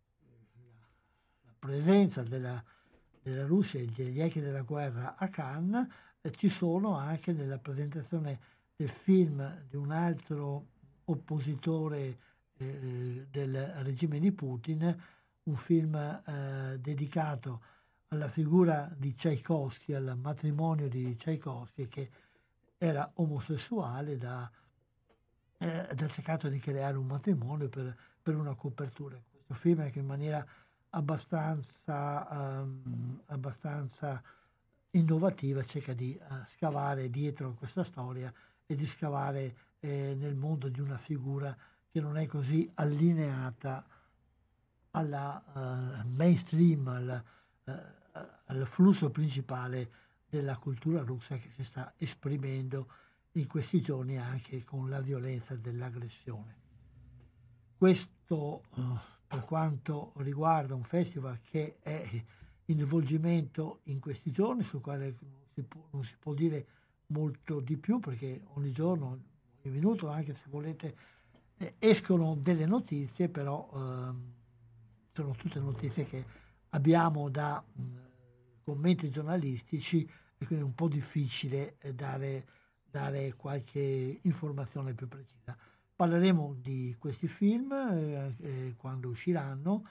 la presenza della, della Russia e degli echi della guerra a Cannes, eh, ci sono anche nella presentazione del film di un altro oppositore del regime di Putin, un film eh, dedicato alla figura di Tchaikovsky, al matrimonio di Tchaikovsky, che era omosessuale, da, eh, ha cercato di creare un matrimonio per, per una copertura. Questo film è che in maniera abbastanza, um, abbastanza innovativa cerca di uh, scavare dietro questa storia e di scavare eh, nel mondo di una figura che non è così allineata alla uh, mainstream, al, uh, al flusso principale della cultura russa, che si sta esprimendo in questi giorni anche con la violenza dell'aggressione. questo uh, per quanto riguarda un festival che è in svolgimento in questi giorni, sul quale non si può, non si può dire molto di più, perché ogni giorno, ogni minuto, anche se volete, eh, escono delle notizie, però ehm, sono tutte notizie che abbiamo da mh, commenti giornalistici, e quindi è un po' difficile eh, dare, dare qualche informazione più precisa. Parleremo di questi film eh, eh, quando usciranno,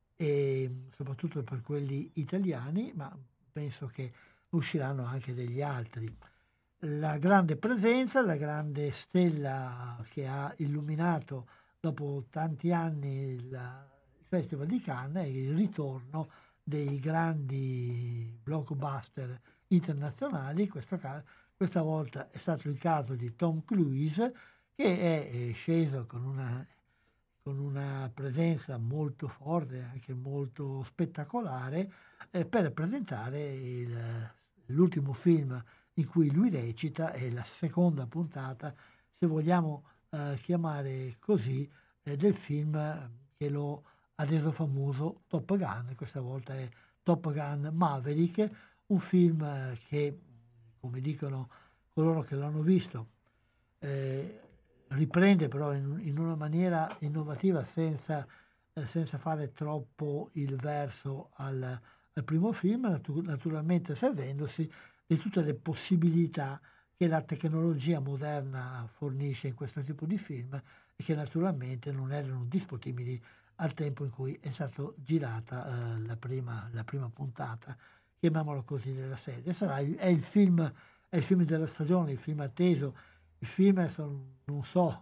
e soprattutto per quelli italiani, ma penso che usciranno anche degli altri. La grande presenza, la grande stella che ha illuminato dopo tanti anni il, il Festival di Cannes è il ritorno dei grandi blockbuster internazionali. Questa, questa volta è stato il caso di Tom Cruise, che è sceso con una con una presenza molto forte, anche molto spettacolare, eh, per presentare il, l'ultimo film in cui lui recita, e la seconda puntata, se vogliamo eh, chiamare così, eh, del film che lo ha reso famoso, Top Gun. Questa volta è Top Gun Maverick, un film che, come dicono coloro che l'hanno visto, eh, riprende però in, in una maniera innovativa, senza, eh, senza fare troppo il verso al, al primo film, natu- naturalmente servendosi di tutte le possibilità che la tecnologia moderna fornisce in questo tipo di film, e che naturalmente non erano disponibili al tempo in cui è stata girata eh, la, prima, la prima puntata, chiamiamolo così, della serie. Sarà il, è, il film, è il film della stagione, il film atteso. Il film, sono, non so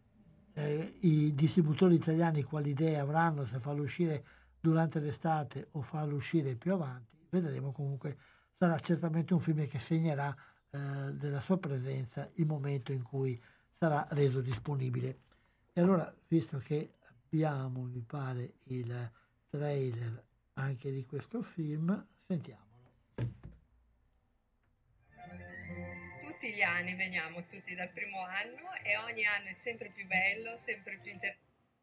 eh, i distributori italiani quali idee avranno, se farlo uscire durante l'estate o farlo uscire più avanti, vedremo. Comunque sarà certamente un film che segnerà eh, della sua presenza il momento in cui sarà reso disponibile. E allora, visto che abbiamo, mi pare, il trailer anche di questo film, sentiamo. Tutti gli anni veniamo, tutti dal primo anno, e ogni anno è sempre più bello, sempre più interessante.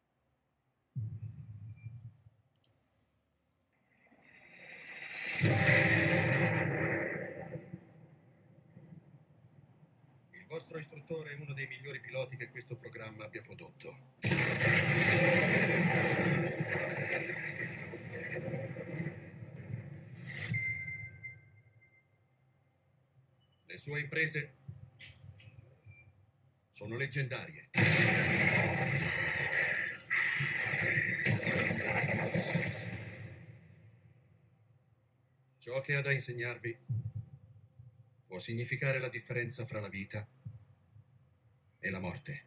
Il vostro istruttore è uno dei migliori piloti che questo programma abbia prodotto. Le sue imprese sono leggendarie. Ciò che ha da insegnarvi può significare la differenza fra la vita e la morte.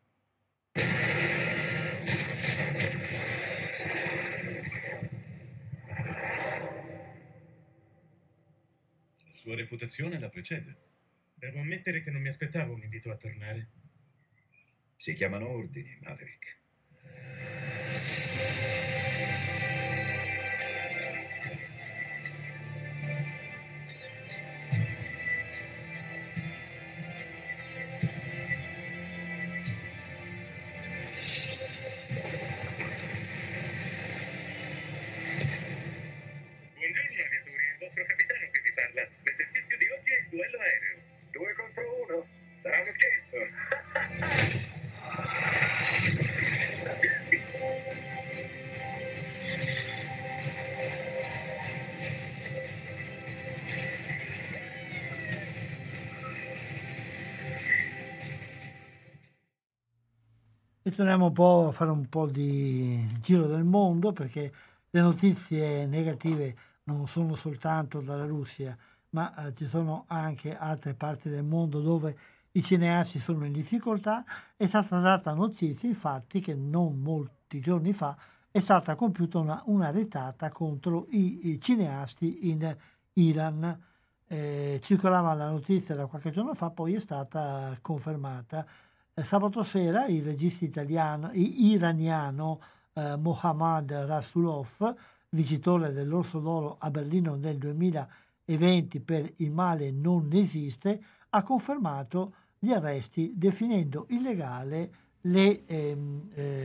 La sua reputazione la precede. Devo ammettere che non mi aspettavo un invito a tornare. Si chiamano ordini, Maverick. Buongiorno aviatori, il vostro capitano che vi parla. L'esercizio di oggi è il duello aereo. Due contro uno? Sarà uno scherzo. E torniamo un po' a fare un po' di giro del mondo, perché le notizie negative non sono soltanto dalla Russia, ma eh, ci sono anche altre parti del mondo dove i cineasti sono in difficoltà. È stata data notizia, infatti, che non molti giorni fa è stata compiuta una, una retata contro i, i cineasti in Iran. Eh, circolava la notizia da qualche giorno fa, poi è stata confermata. Eh, sabato sera il regista italiano, iraniano eh, Mohammad Rasulov, vincitore dell'Orso d'Oro a Berlino nel duemilaventi per Il male non esiste, ha confermato gli arresti, definendo illegale le, ehm, eh,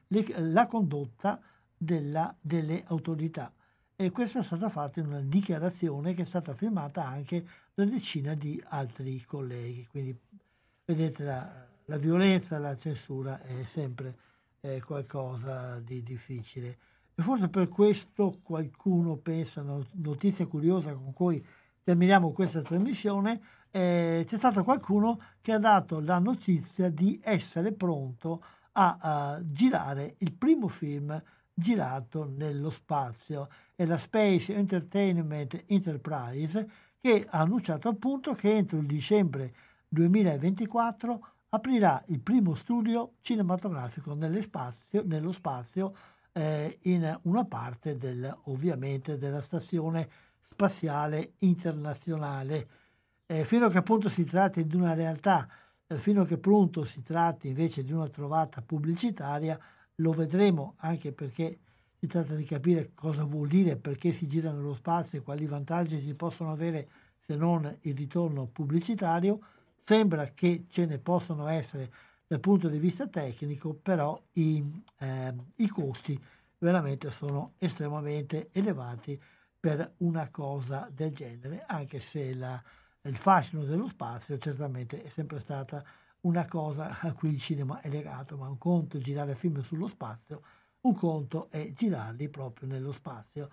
le, la condotta della, delle autorità. E questo è stato fatto in una dichiarazione che è stata firmata anche da decina di altri colleghi. Quindi vedete, la, la violenza, la censura è sempre eh, qualcosa di difficile. E forse per questo qualcuno pensa, notizia curiosa con cui terminiamo questa trasmissione, eh, c'è stato qualcuno che ha dato la notizia di essere pronto a, a girare il primo film girato nello spazio. È la Space Entertainment Enterprise, che ha annunciato appunto che entro il dicembre duemilaventiquattro aprirà il primo studio cinematografico nello spazio, nello spazio eh, in una parte del, ovviamente della stazione spaziale internazionale. Eh, fino a che appunto si tratti di una realtà, eh, fino a che appunto si tratti invece di una trovata pubblicitaria, lo vedremo, anche perché si tratta di capire cosa vuol dire, perché si gira nello spazio e quali vantaggi si possono avere se non il ritorno pubblicitario. Sembra che ce ne possono essere dal punto di vista tecnico, però i, eh, i costi veramente sono estremamente elevati per una cosa del genere, anche se la, il fascino dello spazio certamente è sempre stata una cosa a cui il cinema è legato, ma un conto è girare film sullo spazio, un conto è girarli proprio nello spazio.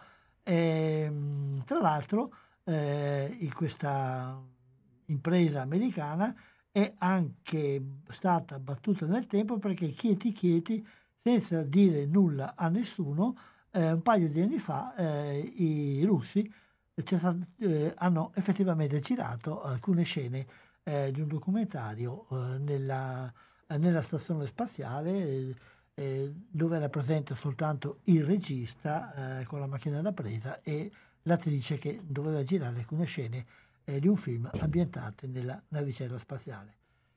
E, tra l'altro, eh, in questa impresa americana è anche stata battuta nel tempo, perché chieti chieti, senza dire nulla a nessuno, eh, un paio di anni fa eh, i russi stato, eh, hanno effettivamente girato alcune scene eh, di un documentario eh, nella, eh, nella stazione spaziale, eh, dove era presente soltanto il regista eh, con la macchina da presa e l'attrice che doveva girare alcune scene eh, di un film ambientate nella navicella spaziale.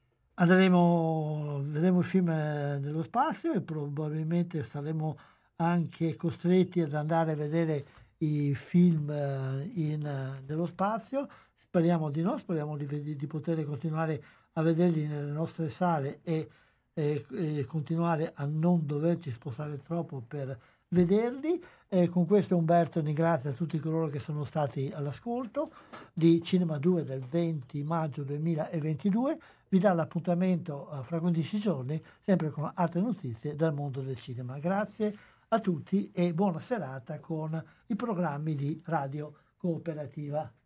Andremo, vedremo il film eh, nello spazio e probabilmente saremo anche costretti ad andare a vedere i film eh, in, eh, nello spazio. Speriamo di no, speriamo di, di poter continuare a vederli nelle nostre sale e, e, e continuare a non doverci spostare troppo per vederli. E con questo Umberto ringrazia tutti coloro che sono stati all'ascolto di Cinema due del venti maggio duemilaventidue. Vi dà l'appuntamento uh, fra quindici giorni, sempre con altre notizie dal mondo del cinema. Grazie a tutti e buona serata con i programmi di Radio Cooperativa.